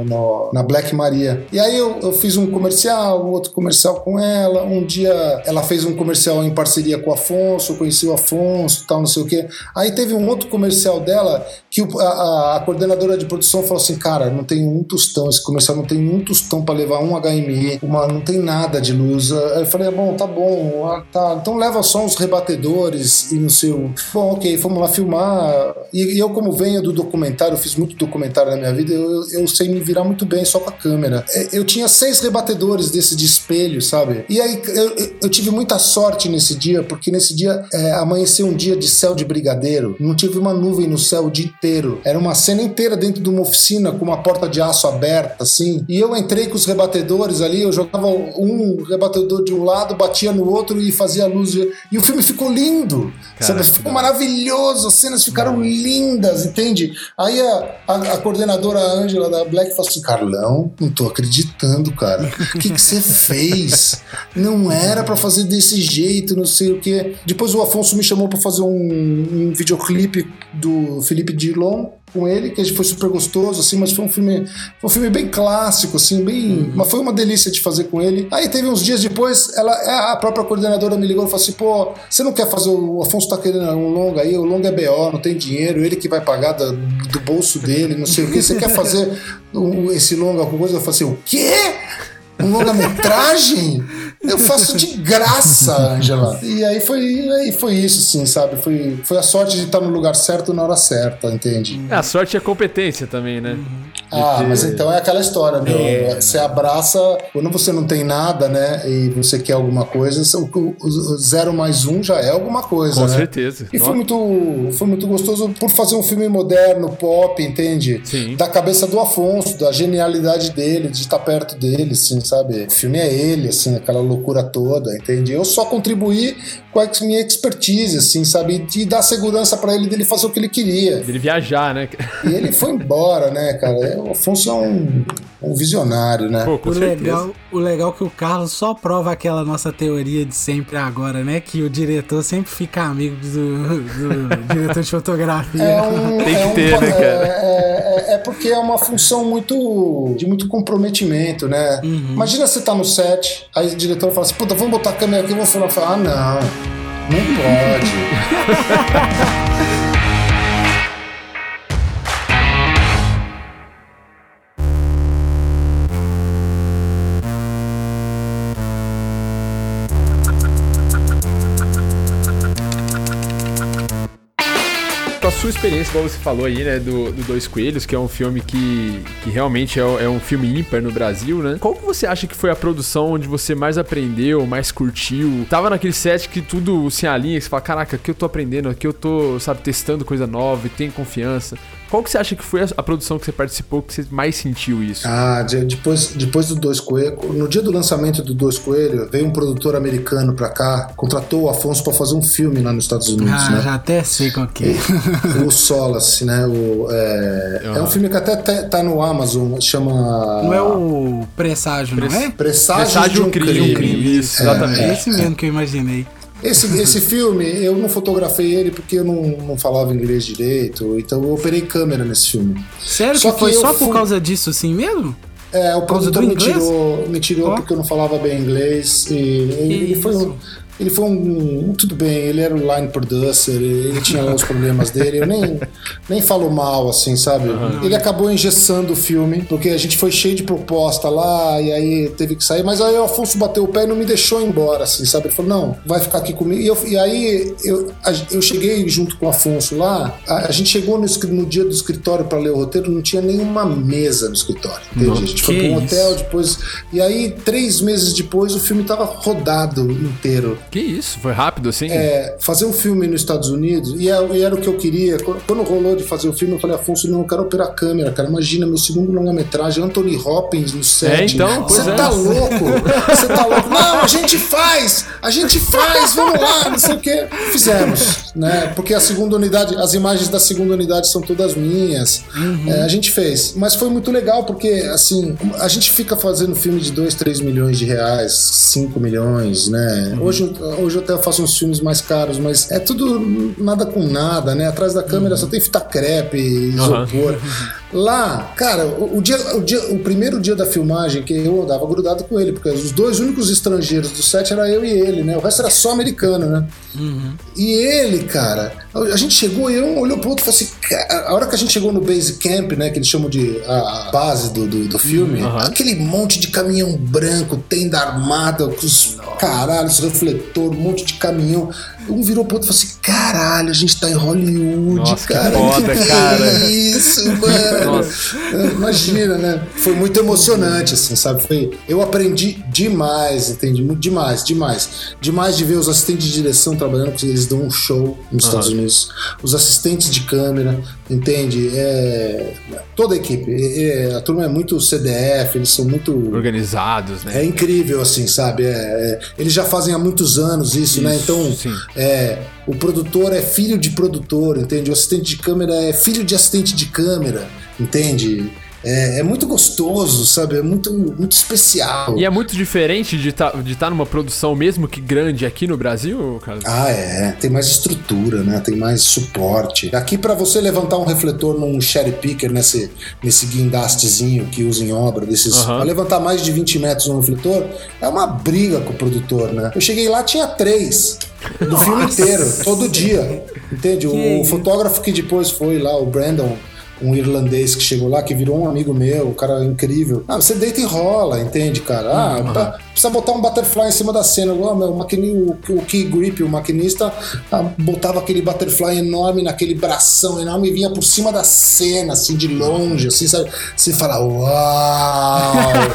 na Black Maria. E aí eu fiz um comercial, outro comercial com ela, um dia ela fez um comercial em parceria com o Afonso, eu conheci o Afonso, tal, não sei o quê. Aí teve um outro comercial dela que a coordenadora de produção falou assim, cara, não tem um tostão, esse comercial não tem um tostão pra levar um HMI, não tem nada de luz. Aí eu falei, bom, tá bom, tá, então leva só uns rebatedores e não sei o... Bom, ok, vamos lá filmar. E eu, como venho do documentário, eu fiz muito documentário na minha vida, eu sei me virar muito bem só com a câmera. Eu tinha 6 rebatedores desse de espelho, sabe? E aí eu tive muita sorte nesse dia, porque nesse dia amanheceu um dia de céu de brigadeiro, não tive uma nuvem no céu o dia inteiro, era uma cena inteira dentro de uma oficina com uma porta de aço aberta, assim, e eu entrei com os rebatedores ali, eu jogava um rebatedor de um lado, batia no outro e fazia a luz, e o filme ficou lindo, sabe? Ficou maravilhoso, as cenas ficaram lindas, entende? Aí a coordenadora Ângela da Black falou assim, Carlão, não tô acreditando, cara, o que você fez? Não era pra fazer desse jeito, não sei o que. Depois o Afonso me chamou pra fazer um videoclipe do Felipe Dilon com ele, que foi super gostoso, assim, mas foi um filme bem clássico, assim, bem... Mas foi uma delícia de fazer com ele. Aí teve uns dias depois, a própria coordenadora me ligou e falou assim, pô, você não quer fazer, o Afonso tá querendo um longa aí, o longa é BO, não tem dinheiro, ele que vai pagar do bolso dele, não sei o que, você quer fazer esse longa, alguma coisa? Eu falei assim, o quê? Um longa-metragem? Eu faço de graça, Ângela. E aí foi isso, sim, sabe? Foi a sorte de estar no lugar certo na hora certa, entende? A sorte é a competência também, né? Mas então é aquela história, meu. Você abraça, quando você não tem nada, né? E você quer alguma coisa, o 0 mais 1 já é alguma coisa, Com né? certeza. E foi muito gostoso por fazer um filme moderno, pop, entende? Sim. Da cabeça do Afonso, da genialidade dele, de estar perto dele, assim, sabe? O filme é ele, assim, aquela loucura toda, entende? Eu só contribuí com a minha expertise, assim, sabe? E dar segurança pra ele dele fazer o que ele queria. Dele viajar, né? E ele foi embora, né, cara? O Afonso é um visionário, né? Pô, com certeza. O legal é que o Carlos só prova aquela nossa teoria de sempre agora, né? Que o diretor sempre fica amigo do diretor de fotografia. Tem que ter, né, cara? É porque é uma função de muito comprometimento, né? Imagina você tá no set, aí o diretor fala assim, puta, vamos botar a câmera aqui, e você vai falar, não pode. A sua experiência, como você falou aí, né, do Dois Coelhos, que é um filme que realmente é um filme ímpar no Brasil, né? Qual que você acha que foi a produção onde você mais aprendeu, mais curtiu? Tava naquele set que tudo se alinha, que você fala, caraca, aqui eu tô aprendendo, aqui eu tô, sabe, testando coisa nova e tenho confiança. Qual que você acha que foi a produção que você participou que você mais sentiu isso? Depois do Dois Coelhos, no dia do lançamento do Dois Coelhos, veio um produtor americano pra cá, contratou o Afonso pra fazer um filme lá nos Estados Unidos, né? Já até sei qual que é. O Solace, né? É um filme que até tá no Amazon, chama... Não é o Presságio, não é? Presságio de um crime. Isso, exatamente. É esse mesmo que eu imaginei. Esse filme, eu não fotografei ele porque eu não falava inglês direito, então eu operei câmera nesse filme. Sério que foi só por causa disso assim mesmo? O produtor me tirou porque eu não falava bem inglês e ele foi um tudo bem, ele era o line producer, ele tinha lá os problemas dele, eu nem falo mal, assim, sabe? Ele acabou engessando o filme, porque a gente foi cheio de proposta lá, e aí teve que sair, mas aí o Afonso bateu o pé e não me deixou embora, assim, sabe? Ele falou, não, vai ficar aqui comigo. E aí eu cheguei junto com o Afonso lá, a gente chegou no dia do escritório pra ler o roteiro, não tinha nenhuma mesa no escritório, entende? A gente foi pra um hotel depois, e aí 3 meses depois o filme tava rodado inteiro. Que isso? Foi rápido assim? Fazer um filme nos Estados Unidos, e era o que eu queria. Quando rolou de fazer o filme, eu falei, Afonso, não, eu quero operar a câmera, cara. Imagina, meu segundo longa-metragem, Anthony Hopkins no set. Então, você tá louco? Você tá louco? Não, a gente faz, vamos lá, não sei o que. Fizemos, né? Porque a segunda unidade, as imagens da segunda unidade são todas minhas. A gente fez. Mas foi muito legal, porque, assim, a gente fica fazendo filme de 2, 3 milhões de reais, 5 milhões, né? Hoje eu até faço uns filmes mais caros, mas é tudo nada com nada, né? Atrás da câmera só tem fita crepe, isopor. Lá, cara, o primeiro dia da filmagem que eu andava grudado com ele, porque os 2 únicos estrangeiros do set era eu e ele, né? O resto era só americano, né? E ele, cara, a gente chegou e um olhou pro outro e falou assim, a hora que a gente chegou no base camp, né? Que eles chamam de a base do filme, aquele monte de caminhão branco, tenda armada, com os caralhos, refletor, um monte de caminhão. Um virou pro outro e falou assim, caralho, a gente tá em Hollywood. Nossa, cara. que foda, cara. É isso, mano. Imagina, né? Foi muito emocionante, assim, sabe? Eu aprendi demais, entende? Demais. Demais de ver os assistentes de direção trabalhando, porque eles dão um show nos Estados Unidos. Os assistentes de câmera, entende? Toda a equipe. A turma é muito CDF, eles são muito... organizados, né? É incrível, assim, sabe? Eles já fazem há muitos anos isso, né? Então... Sim. O produtor é filho de produtor, entende? O assistente de câmera é filho de assistente de câmera, entende? É muito gostoso, sabe? É muito, muito especial. E é muito diferente de tá numa produção mesmo que grande aqui no Brasil, Carlos? Tem mais estrutura, né? Tem mais suporte. Aqui pra você levantar um refletor num cherry picker, nesse guindastezinho que usa em obra, pra levantar mais de 20 metros um refletor, é uma briga com o produtor, né? Eu cheguei lá, tinha 3 do filme inteiro, todo dia, entende? O fotógrafo que depois foi lá, o Brandon, um irlandês que chegou lá, que virou um amigo meu, um cara incrível. Você deita e rola, entende, cara? Precisa botar um butterfly em cima da cena. O key grip, o maquinista, botava aquele butterfly enorme naquele bração enorme e vinha por cima da cena, assim, de longe, assim, sabe? Você fala, uau!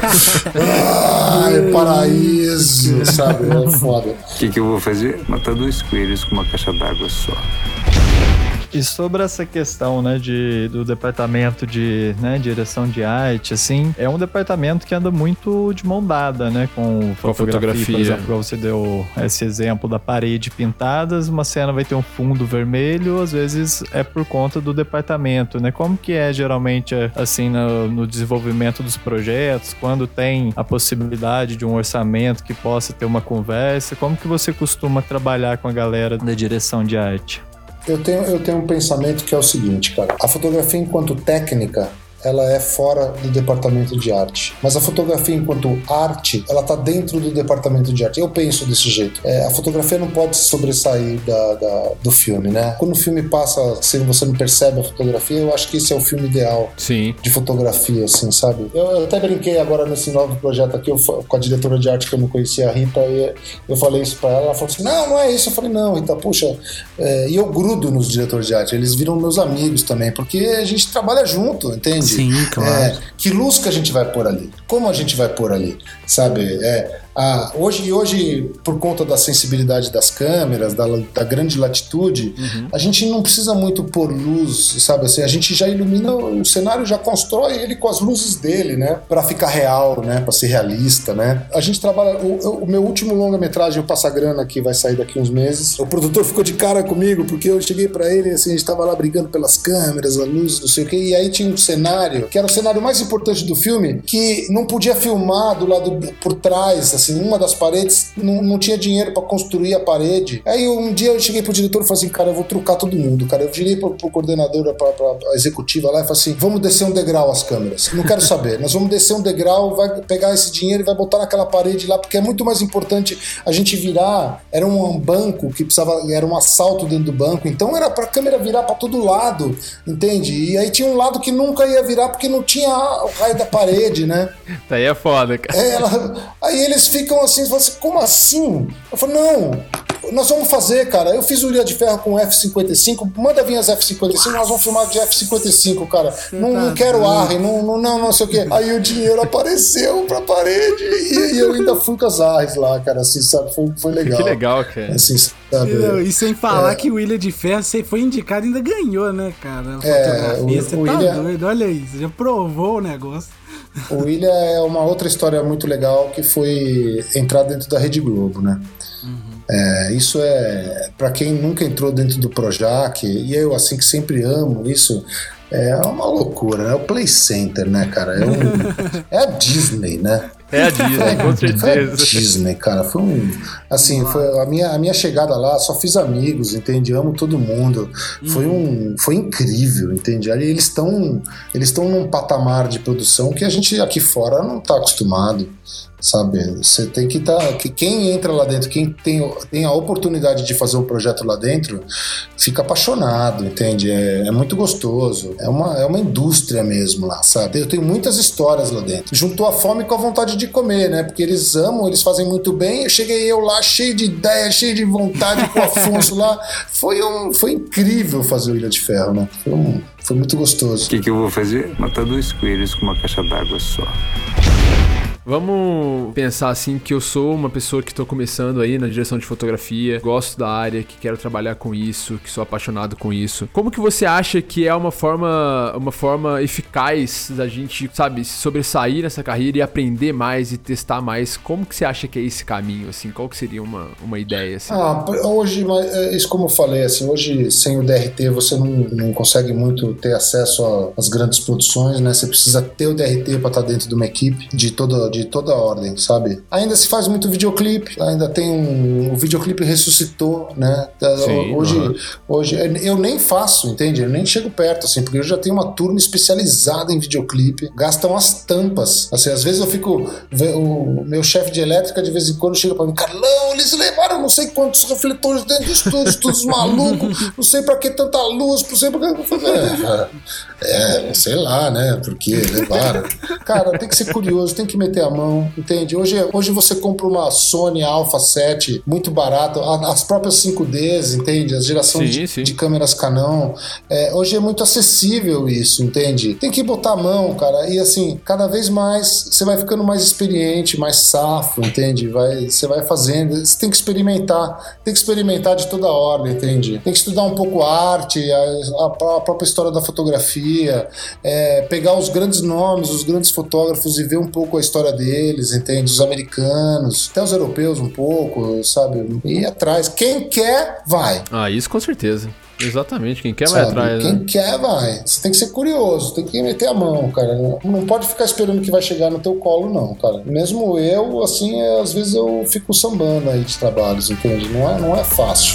Paraíso, sabe? É foda. O que eu vou fazer? Matar 2 coelhos com uma caixa d'água só. E sobre essa questão, né, do departamento de, né, direção de arte, assim, é um departamento que anda muito de mão dada, né, com fotografia. Por exemplo, você deu esse exemplo da parede pintadas, uma cena vai ter um fundo vermelho, às vezes é por conta do departamento, né? Como que é geralmente, assim, no desenvolvimento dos projetos, quando tem a possibilidade de um orçamento que possa ter uma conversa, como que você costuma trabalhar com a galera da direção de arte? Eu tenho um pensamento que é o seguinte, cara. A fotografia enquanto técnica, ela é fora do departamento de arte. Mas a fotografia enquanto arte, ela tá dentro do departamento de arte. Eu penso desse jeito. A fotografia não pode se sobressair do filme, né? Quando o filme passa, se você não percebe a fotografia, eu acho que esse é o filme ideal. Sim. De fotografia, assim, sabe? Eu até brinquei agora nesse novo projeto aqui, com a diretora de arte que eu não conhecia, a Rita, e eu falei isso pra ela falou assim, não é isso. Eu falei, não, Rita, puxa, e eu grudo nos diretores de arte, eles viram meus amigos também, porque a gente trabalha junto, entende? Sim, claro. Que luz que a gente vai pôr ali? Como a gente vai pôr ali? Sabe? Hoje, por conta da sensibilidade das câmeras, da grande latitude, a gente não precisa muito pôr luz, sabe? Assim, a gente já ilumina o cenário, já constrói ele com as luzes dele, né? Pra ficar real, né? Pra ser realista, né? A gente trabalha... O meu último longa-metragem, o Passa Grana, que vai sair daqui uns meses, o produtor ficou de cara comigo, porque eu cheguei pra ele, assim, a gente tava lá brigando pelas câmeras, a luz, não sei o quê, e aí tinha um cenário, que era o cenário mais importante do filme, que não podia filmar do lado por trás, assim, uma das paredes, não tinha dinheiro pra construir a parede. Aí um dia eu cheguei pro diretor e falei assim, cara, eu vou trucar todo mundo, cara. Eu virei pro coordenador, pra executiva lá e falei assim, vamos descer um degrau as câmeras. Não quero saber, nós vamos descer um degrau, vai pegar esse dinheiro e vai botar naquela parede lá, porque é muito mais importante a gente virar. Era um banco que precisava, era um assalto dentro do banco, então era pra câmera virar pra todo lado, entende? E aí tinha um lado que nunca ia virar porque não tinha o raio da parede, né? Daí é foda, cara. Aí eles ficam assim, falam assim, como assim? Eu falo, não, nós vamos fazer, cara. Eu fiz o Ilha de Ferro com F-55, manda vir as F-55, nós vamos filmar de F-55, cara. Não quero ARRI, não sei o quê. Aí o dinheiro apareceu pra parede e eu ainda fui com as ARRIs lá, cara, assim, sabe? Foi legal. Que legal, cara. Assim, sabe? E sem falar que o Ilha de Ferro, você foi indicado e ainda ganhou, né, cara? Fotografia, você tá doido, olha isso, já provou o negócio. O Ilha é uma outra história muito legal que foi entrar dentro da Rede Globo, né? Isso é para quem nunca entrou dentro do Projac, e eu assim que sempre amo isso, é uma loucura, né? O Play Center, né, cara? É a Disney, né? É a Disney, com certeza. Foi a Disney, cara. Foi foi a minha chegada lá, só fiz amigos, entende? Amo todo mundo. Foi incrível, entende? Ali eles estão num patamar de produção que a gente aqui fora não tá acostumado. Sabe, você tem que quem entra lá dentro, quem tem a oportunidade de fazer um projeto lá dentro, fica apaixonado, entende? É muito gostoso, é uma indústria mesmo lá, sabe? Eu tenho muitas histórias lá dentro. Juntou a fome com a vontade de comer, né? Porque eles amam, eles fazem muito bem. Cheguei eu lá cheio de ideia, cheio de vontade com o Afonso lá. Foi incrível fazer o Ilha de Ferro, né? Foi muito gostoso. O que eu vou fazer? Matar 2 coelhos com uma caixa d'água só. Vamos pensar assim que eu sou uma pessoa que tô começando aí na direção de fotografia, gosto da área, que quero trabalhar com isso, que sou apaixonado com isso. Como que você acha que é uma forma eficaz da gente, sabe, se sobressair nessa carreira e aprender mais e testar mais? Como que você acha que é esse caminho, assim? Qual que seria uma ideia, assim? Hoje, isso como eu falei, assim, hoje sem o DRT você não consegue muito ter acesso às grandes produções, né? Você precisa ter o DRT para estar dentro de uma equipe de toda a ordem, sabe? Ainda se faz muito videoclipe, ainda tem o videoclipe ressuscitou, né? Sim, hoje eu nem faço, entende? Eu nem chego perto, assim, porque eu já tenho uma turma especializada em videoclipe, gastam as tampas, assim, às vezes eu fico, o meu chefe de elétrica de vez em quando chega pra mim, Carlão, eles levaram não sei quantos refletores dentro do estúdio, todos malucos, não sei pra que tanta luz, não sei pra que... sei lá, né? Porque levaram. Cara, tem que ser curioso, tem que meter meter a mão, entende? Hoje você compra uma Sony Alpha 7 muito barato, as próprias 5Ds, entende? As gerações de câmeras Canon. Hoje é muito acessível isso, entende? Tem que botar a mão, cara, e assim, cada vez mais você vai ficando mais experiente, mais safo, entende? Você vai fazendo, você tem que experimentar de toda ordem, entende? Tem que estudar um pouco a arte, a própria história da fotografia, pegar os grandes nomes, os grandes fotógrafos e ver um pouco a história deles, entende? Os americanos, até os europeus um pouco, sabe? E ir atrás. Quem quer, vai. Ah, isso com certeza. Exatamente, quem quer vai atrás. Quem quer vai. Você tem que ser curioso, tem que meter a mão, cara. Não pode ficar esperando que vai chegar no teu colo, não, cara. Mesmo eu, assim, às vezes eu fico sambando aí de trabalhos, entende? Não é fácil.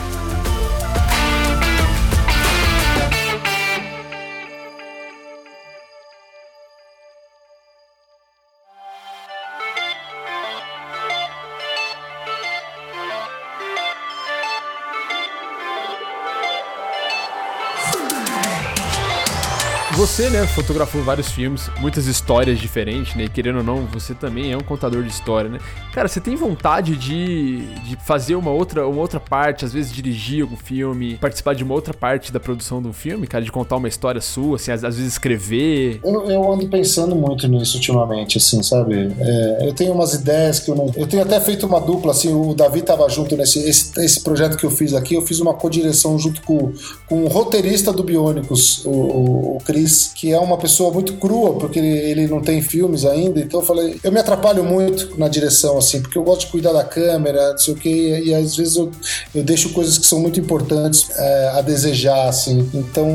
Você, né, fotografou vários filmes, muitas histórias diferentes, né? E querendo ou não, você também é um contador de história, né? Cara, você tem vontade de fazer uma outra parte, às vezes dirigir algum filme, participar de uma outra parte da produção de um filme, cara, de contar uma história sua, assim, às vezes escrever? Eu ando pensando muito nisso ultimamente, assim, sabe? Eu tenho umas ideias que eu não... Eu tenho até feito uma dupla, assim, o Davi tava junto esse projeto que eu fiz aqui, eu fiz uma codireção junto com o roteirista do Biônicos, o Chris, que é uma pessoa muito crua, porque ele não tem filmes ainda, então eu falei, eu me atrapalho muito na direção, assim, porque eu gosto de cuidar da câmera, não sei o que, e às vezes eu deixo coisas que são muito importantes a desejar, assim. Então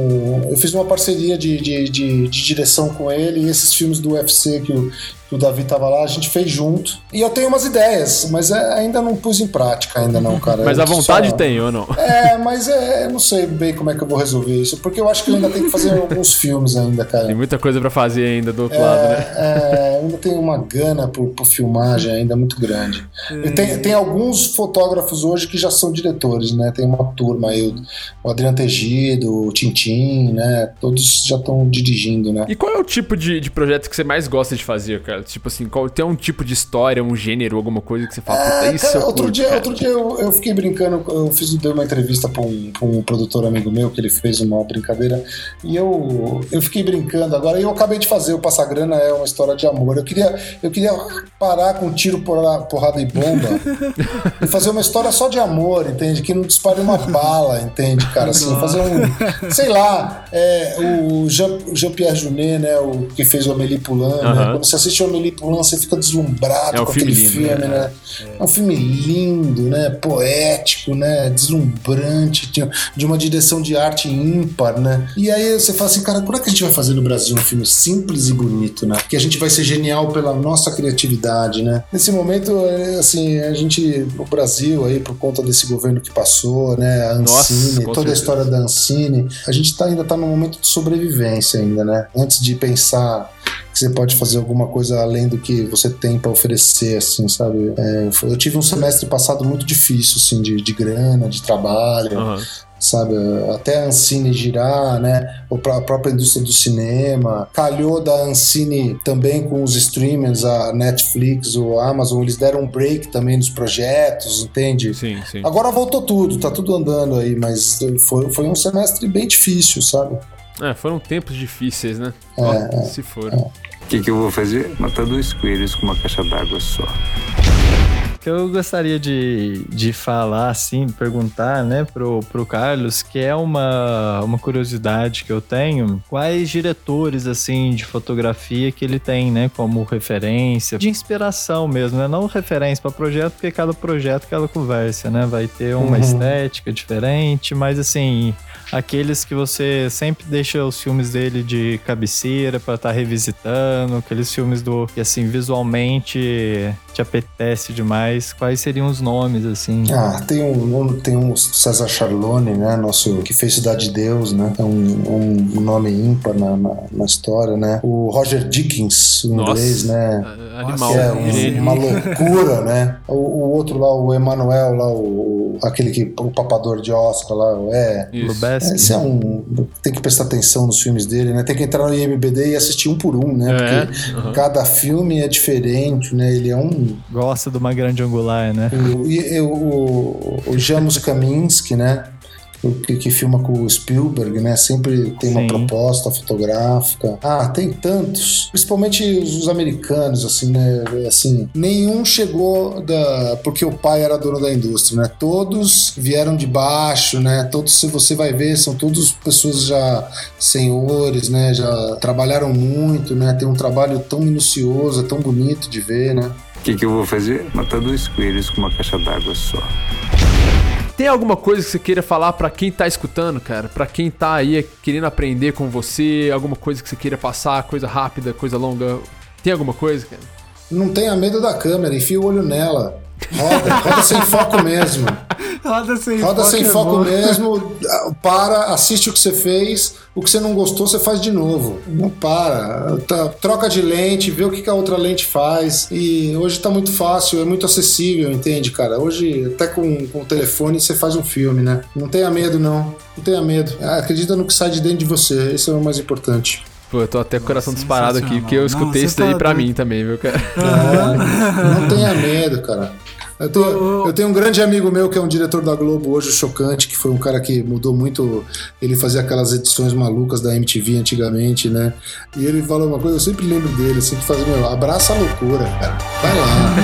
eu fiz uma parceria de direção com ele, e esses filmes do UFC que o Davi tava lá, a gente fez junto. E eu tenho umas ideias, mas ainda não pus em prática, ainda não, cara. Mas a vontade tem, ou não? Mas eu não sei bem como é que eu vou resolver isso, porque eu acho que eu ainda tenho que fazer alguns filmes ainda, cara. Tem muita coisa pra fazer ainda do outro lado, né? Ainda tenho uma gana por filmagem ainda muito grande. Tem alguns fotógrafos hoje que já são diretores, né? Tem uma turma aí, o Adriano Tegido, o Tintin, né? Todos já estão dirigindo, né? E qual é o tipo de projeto que você mais gosta de fazer, cara? Tipo assim, tem um tipo de história, um gênero, alguma coisa que você fala, puta, isso cara, outro dia eu fiquei brincando, dei uma entrevista pra um produtor amigo meu, que ele fez uma brincadeira, e eu fiquei brincando agora, e eu acabei de fazer o Passagrana, é uma história de amor. Eu queria parar com tiro, porrada e bomba e fazer uma história só de amor, entende? Que não dispare uma bala, entende, cara? Assim, fazer sei lá, o Jean-Pierre Jeunet, né, o que fez o Amélie Poulain, né? Quando você assiste o Amélie Poulain, você fica deslumbrado com aquele filme, né? É um filme lindo, né? Poético, né? Deslumbrante, de uma direção de arte ímpar, né? E aí você fala assim, cara, como é que a gente vai fazer no Brasil um filme simples e bonito, né? Que a gente vai ser genial pela nossa criatividade, né? Nesse momento, assim, o Brasil aí, por conta desse governo que passou, né? A Ancine, toda a história da Ancine, a gente ainda tá num momento de sobrevivência ainda, né? Antes de pensar que você pode fazer alguma coisa além do que você tem para oferecer, assim, sabe? Eu tive um semestre passado muito difícil, assim, de grana, de trabalho, sabe? Até a Ancine girar, né? Ou a própria indústria do cinema. Calhou da Ancine também com os streamers, a Netflix, ou a Amazon, eles deram um break também nos projetos, entende? Sim. Agora voltou tudo, tá tudo andando aí, mas foi um semestre bem difícil, sabe? Foram tempos difíceis, né? Se foram. O que eu vou fazer? Matar 2 coelhos com uma caixa d'água só. O que eu gostaria de falar, assim, perguntar, né, pro Carlos, que é uma curiosidade que eu tenho, quais diretores, assim, de fotografia que ele tem, né, como referência, de inspiração mesmo, né, não referência para projeto, porque cada projeto, cada conversa, né, vai ter uma estética diferente, mas, assim, aqueles que você sempre deixa os filmes dele de cabeceira pra estar revisitando, aqueles filmes que, assim, visualmente te apetece demais mas quais seriam os nomes, assim? Tem um César Charlone, né? Nosso, que fez Cidade de Deus, né? É um nome ímpar na história, né? O Roger Dickens, em inglês, né? Animal. Que é uma loucura, né? O outro lá, o Emanuel, lá, o papador de Oscar lá, Lubeski. Esse tem que prestar atenção nos filmes dele, né? Tem que entrar no IMDb e assistir um por um, né? Porque cada filme é diferente, né? Ele é gosta de uma grande angular, né? O Janusz Kaminski, né? Que filma com o Spielberg, né? Sempre tem uma proposta fotográfica. Tem tantos. Principalmente os americanos, assim, né? Assim, nenhum chegou porque o pai era dono da indústria, né? Todos vieram de baixo, né? Todos, se você vai ver, são todos pessoas já senhores, né? Já trabalharam muito, né? Tem um trabalho tão minucioso, tão bonito de ver, né? O que eu vou fazer? Matar 2 coelhos com uma caixa d'água só. Tem alguma coisa que você queira falar pra quem tá escutando, cara? Pra quem tá aí querendo aprender com você? Alguma coisa que você queira passar? Coisa rápida, coisa longa? Tem alguma coisa, cara? Não tenha medo da câmera, enfia o olho nela. Roda sem foco mesmo. Roda sem foco mesmo. Assiste o que você fez. O que você não gostou, você faz de novo. Não para. Troca de lente, vê o que a outra lente faz. E hoje tá muito fácil, é muito acessível, entende, cara? Hoje, até com o telefone, você faz um filme, né? Não tenha medo, não. Não tenha medo. Acredita no que sai de dentro de você. Esse é o mais importante. Pô, eu tô até com o coração disparado aqui, porque eu escutei isso daí pra mim também, viu, cara? Não tenha medo, cara. Eu tenho um grande amigo meu que é um diretor da Globo hoje, o Chocante, que foi um cara que mudou muito. Ele fazia aquelas edições malucas da MTV antigamente, né? E ele falou uma coisa, eu sempre lembro dele, sempre fazia, abraça a loucura, cara. Vai lá.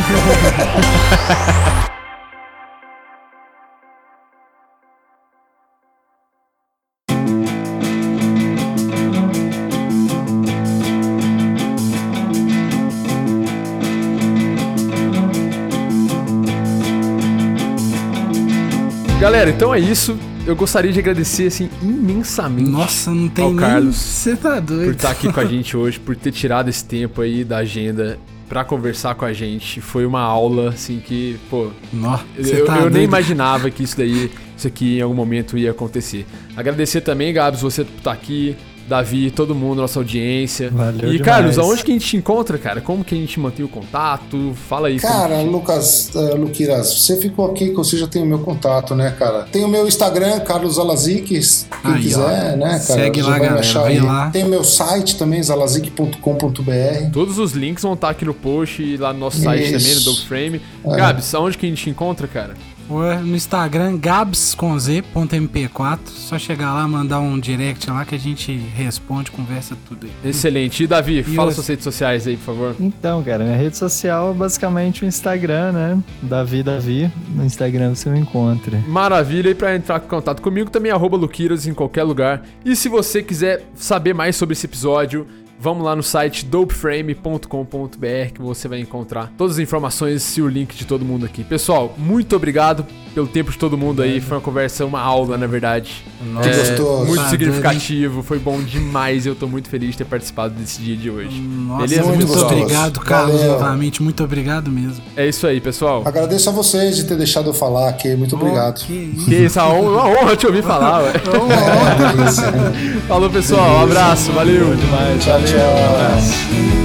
Galera, então é isso. Eu gostaria de agradecer, assim, imensamente. Nossa, não tem ao Carlos. Você tá doido. Por estar aqui com a gente hoje, por ter tirado esse tempo aí da agenda pra conversar com a gente. Foi uma aula, assim, que, pô... Eu nem imaginava que isso aqui em algum momento ia acontecer. Agradecer também, Gabs, você por estar aqui. Davi, todo mundo, nossa audiência. Valeu demais. Carlos, aonde que a gente te encontra, cara? Como que a gente mantém o contato? Fala aí. Cara, Luquiras, você ficou aqui que você já tem o meu contato, né, cara? Tem o meu Instagram, Carlos Zalazik, quem quiser, né, cara? Segue lá, galera, vem lá. Tem o meu site também, zalazik.com.br. Todos os links vão estar aqui no post e lá no nosso site também, no Dope Frame. Gabs, aonde que a gente te encontra, cara? No Instagram, gabs.mp4. Só chegar lá, mandar um direct lá que a gente responde, conversa tudo aí. Excelente. E Davi, fala suas redes sociais aí, por favor. Então, cara, minha rede social é basicamente o Instagram, né? Davi. No Instagram você me encontra. Maravilha. E pra entrar em contato comigo, também @Luquiras em qualquer lugar. E se você quiser saber mais sobre esse episódio, vamos lá no site dopeframe.com.br que você vai encontrar todas as informações e o link de todo mundo aqui. Pessoal, muito obrigado pelo tempo de todo mundo aí. Foi uma conversa, uma aula, na verdade. Que gostoso. Muito significativo, foi bom demais. Eu tô muito feliz de ter participado desse dia de hoje. Nossa, beleza, muito pessoal? Obrigado, Carlos, novamente. Muito obrigado mesmo. É isso aí, pessoal. Agradeço a vocês de ter deixado eu falar aqui. Muito obrigado. Que isso, uma honra te ouvir falar, ué. Falou, pessoal. Um abraço, valeu. Demais. Tchau. Um abraço.